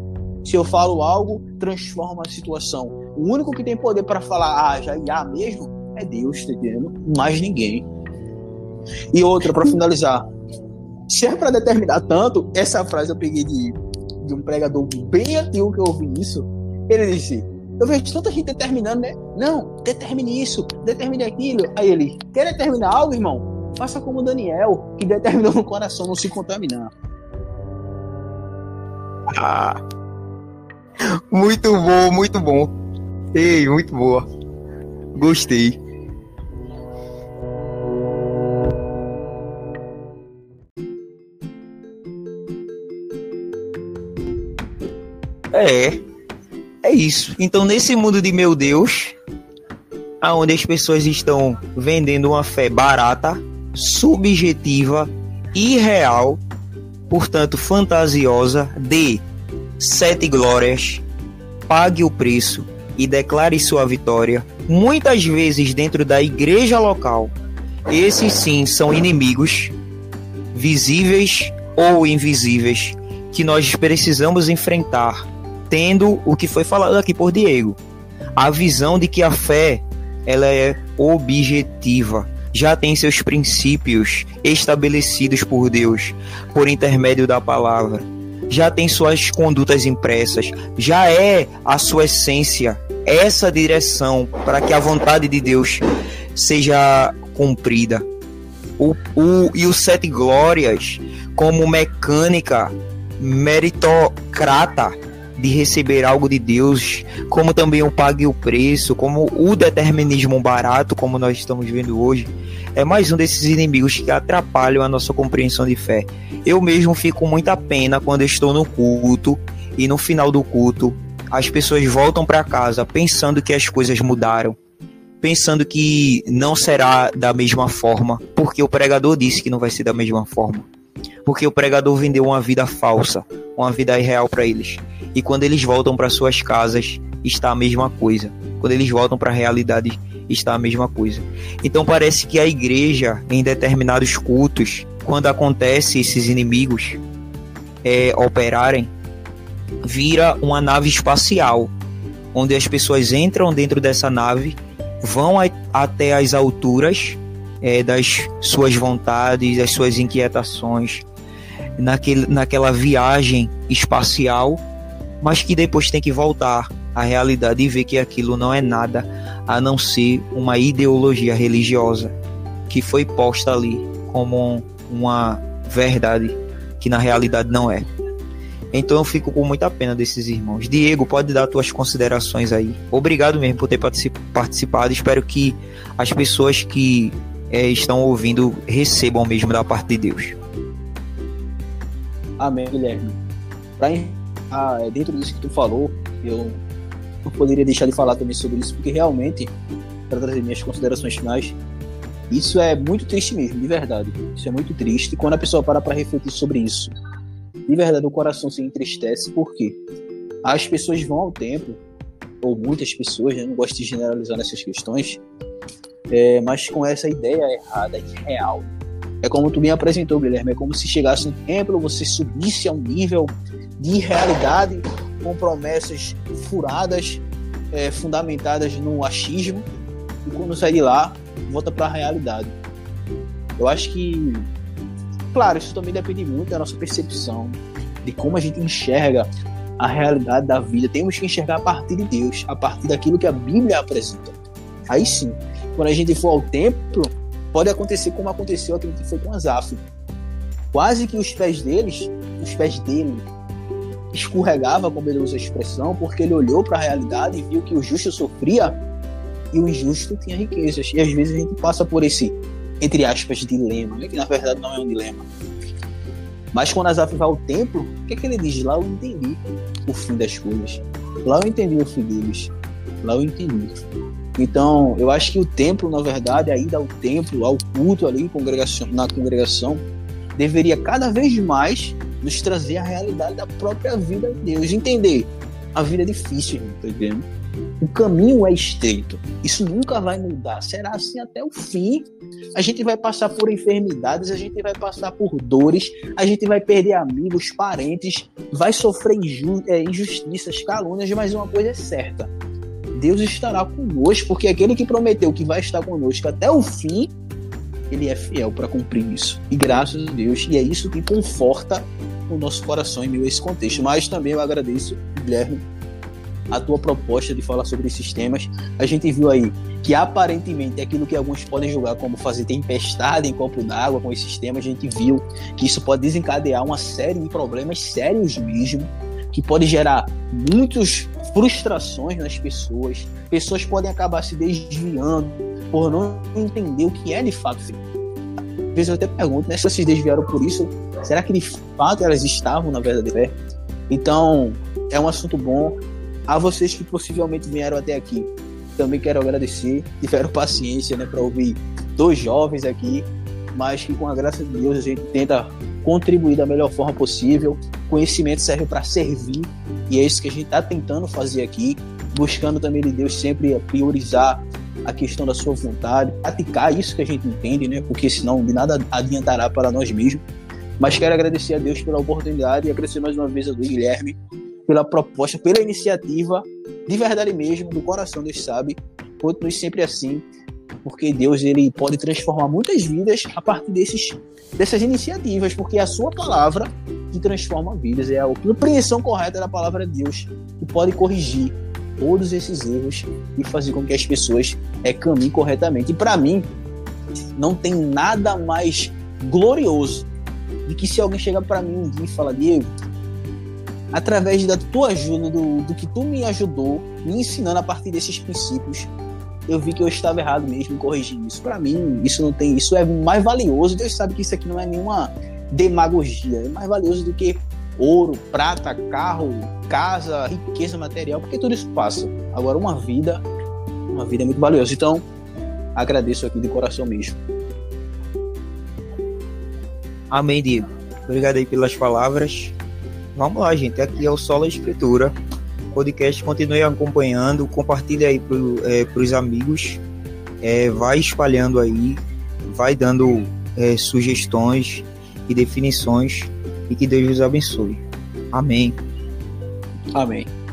Se eu falo algo, transforma a situação. O único que tem poder para falar, ah, já ia mesmo, é Deus, tá entendendo? Mais ninguém. E outra, para finalizar, se é para determinar tanto, essa frase eu peguei de, de um pregador bem antigo que eu ouvi isso. Ele disse, eu vejo tanta gente determinando, né? Não, determine isso, determine aquilo. Aí ele, quer determinar algo, irmão? Faça como Daniel, que determinou no coração não se contaminar. Ah, muito bom, muito bom. Ei, muito boa. Gostei. É, é isso. Então, nesse mundo de meu Deus, onde as pessoas estão vendendo uma fé barata, subjetiva, irreal, portanto fantasiosa, de sete glórias, pague o preço e declare sua vitória, muitas vezes dentro da igreja local. Esses sim são inimigos, visíveis ou invisíveis, que nós precisamos enfrentar, tendo o que foi falado aqui por Diego, a visão de que a fé ela é objetiva, já tem seus princípios estabelecidos por Deus, por intermédio da palavra, já tem suas condutas impressas, já é a sua essência, essa direção para que a vontade de Deus seja cumprida. O, o, e os sete glórias, como mecânica meritocrata de receber algo de Deus, como também o pague o preço, como o determinismo barato, como nós estamos vendo hoje, é mais um desses inimigos que atrapalham a nossa compreensão de fé. Eu mesmo fico com muita pena quando eu estou no culto e no final do culto as pessoas voltam para casa pensando que as coisas mudaram, pensando que não será da mesma forma, porque o pregador disse que não vai ser da mesma forma, porque o pregador vendeu uma vida falsa, uma vida irreal para eles. E quando eles voltam para suas casas, está a mesma coisa. Quando eles voltam para a realidade, está a mesma coisa. Então parece que a igreja, em determinados cultos, quando acontece esses inimigos é, operarem, vira uma nave espacial, onde as pessoas entram dentro dessa nave, vão a, até as alturas é, das suas vontades, das suas inquietações, naquele, naquela viagem espacial, mas que depois tem que voltar à realidade e ver que aquilo não é nada a não ser uma ideologia religiosa que foi posta ali como uma verdade que na realidade não é. Então eu fico com muita pena desses irmãos. Diego, pode dar tuas considerações aí. Obrigado mesmo por ter participado. Espero que as pessoas que é, estão ouvindo recebam mesmo da parte de Deus. Amém, Guilherme. Para ah, dentro disso que tu falou, eu não poderia deixar de falar também sobre isso, porque realmente, para trazer minhas considerações finais, isso é muito triste mesmo, de verdade. Isso é muito triste. E quando a pessoa para para refletir sobre isso, de verdade o coração se entristece, porque as pessoas vão ao templo, ou muitas pessoas, né, não gosto de generalizar nessas questões, é, mas com essa ideia errada, irreal. É como tu bem apresentou, Guilherme, é como se chegasse no templo, você subisse a um nível de irrealidade, com promessas furadas, é, fundamentadas no achismo, e quando sai de lá, volta para a realidade. Eu acho que, claro, isso também depende muito da nossa percepção, de como a gente enxerga a realidade da vida. Temos que enxergar a partir de Deus, a partir daquilo que a Bíblia apresenta. Aí sim, quando a gente for ao templo, pode acontecer como aconteceu aquilo que foi com Asaf. Quase que os pés deles, os pés dele, escorregava, como ele usa a expressão, porque ele olhou para a realidade e viu que o justo sofria e o injusto tinha riquezas. E às vezes a gente passa por esse, entre aspas, dilema, né? Que na verdade não é um dilema. Mas quando Asaf vai ao templo, o que é que ele diz? Lá eu entendi o fim das coisas. Lá eu entendi o fim deles. Lá eu entendi. Então, eu acho que o templo, na verdade, a ida ao templo, ao culto ali congregação, na congregação, deveria cada vez mais nos trazer a realidade da própria vida de Deus. Entender A vida é difícil, irmão, tá entendendo? O caminho é estreito. Isso nunca vai mudar. Será assim até o fim. A gente vai passar por enfermidades, a gente vai passar por dores, a gente vai perder amigos, parentes, vai sofrer inju- é, injustiças, calúnias, mas uma coisa é certa. Deus estará conosco, porque aquele que prometeu que vai estar conosco até o fim, ele é fiel para cumprir isso. E graças a Deus, e é isso que conforta o nosso coração em meio a esse contexto. Mas também eu agradeço, Guilherme, a tua proposta de falar sobre esses temas. A gente viu aí que aparentemente aquilo que alguns podem julgar como fazer tempestade em copo d'água com esses temas, a gente viu que isso pode desencadear uma série de problemas sérios mesmo, que pode gerar muitas frustrações nas pessoas. Pessoas podem acabar se desviando por não entender o que é de fato fé. Às vezes eu até pergunto, né, se vocês desviaram por isso, será que de fato elas estavam na verdadeira fé? Então, é um assunto bom. A vocês que possivelmente vieram até aqui, também quero agradecer, tiveram paciência, né, para ouvir dois jovens aqui, mas que com a graça de Deus a gente tenta contribuir da melhor forma possível. Conhecimento serve para servir, e é isso que a gente está tentando fazer aqui, buscando também de Deus sempre priorizar a questão da sua vontade, praticar isso que a gente entende, né, porque senão de nada adiantará para nós mesmos. Mas quero agradecer a Deus pela oportunidade e agradecer mais uma vez a Luiz Guilherme pela proposta, pela iniciativa, de verdade mesmo, do coração, Deus sabe. Continue sempre assim, porque Deus ele pode transformar muitas vidas a partir desses, dessas iniciativas, porque é a sua palavra que transforma vidas, é a compreensão correta da palavra de Deus que pode corrigir todos esses erros e fazer com que as pessoas é, caminhem corretamente. E para mim, não tem nada mais glorioso do que se alguém chegar para mim um dia e falar: Diego, através da tua ajuda, do, do que tu me ajudou, me ensinando a partir desses princípios, eu vi que eu estava errado mesmo em corrigir isso. Para mim, isso não tem, isso é mais valioso. Deus sabe que isso aqui não é nenhuma demagogia, é mais valioso do que ouro, prata, carro, casa, riqueza material, porque tudo isso passa. Agora, uma vida, uma vida é muito valiosa. Então, agradeço aqui de coração mesmo. Amém, Diego. Obrigado aí pelas palavras. Vamos lá, gente. Aqui é o Sola Escritura. O podcast continue acompanhando. Compartilhe aí para os é, amigos. É, vai espalhando aí. Vai dando é, sugestões e definições. E que Deus os abençoe. Amém. Amém.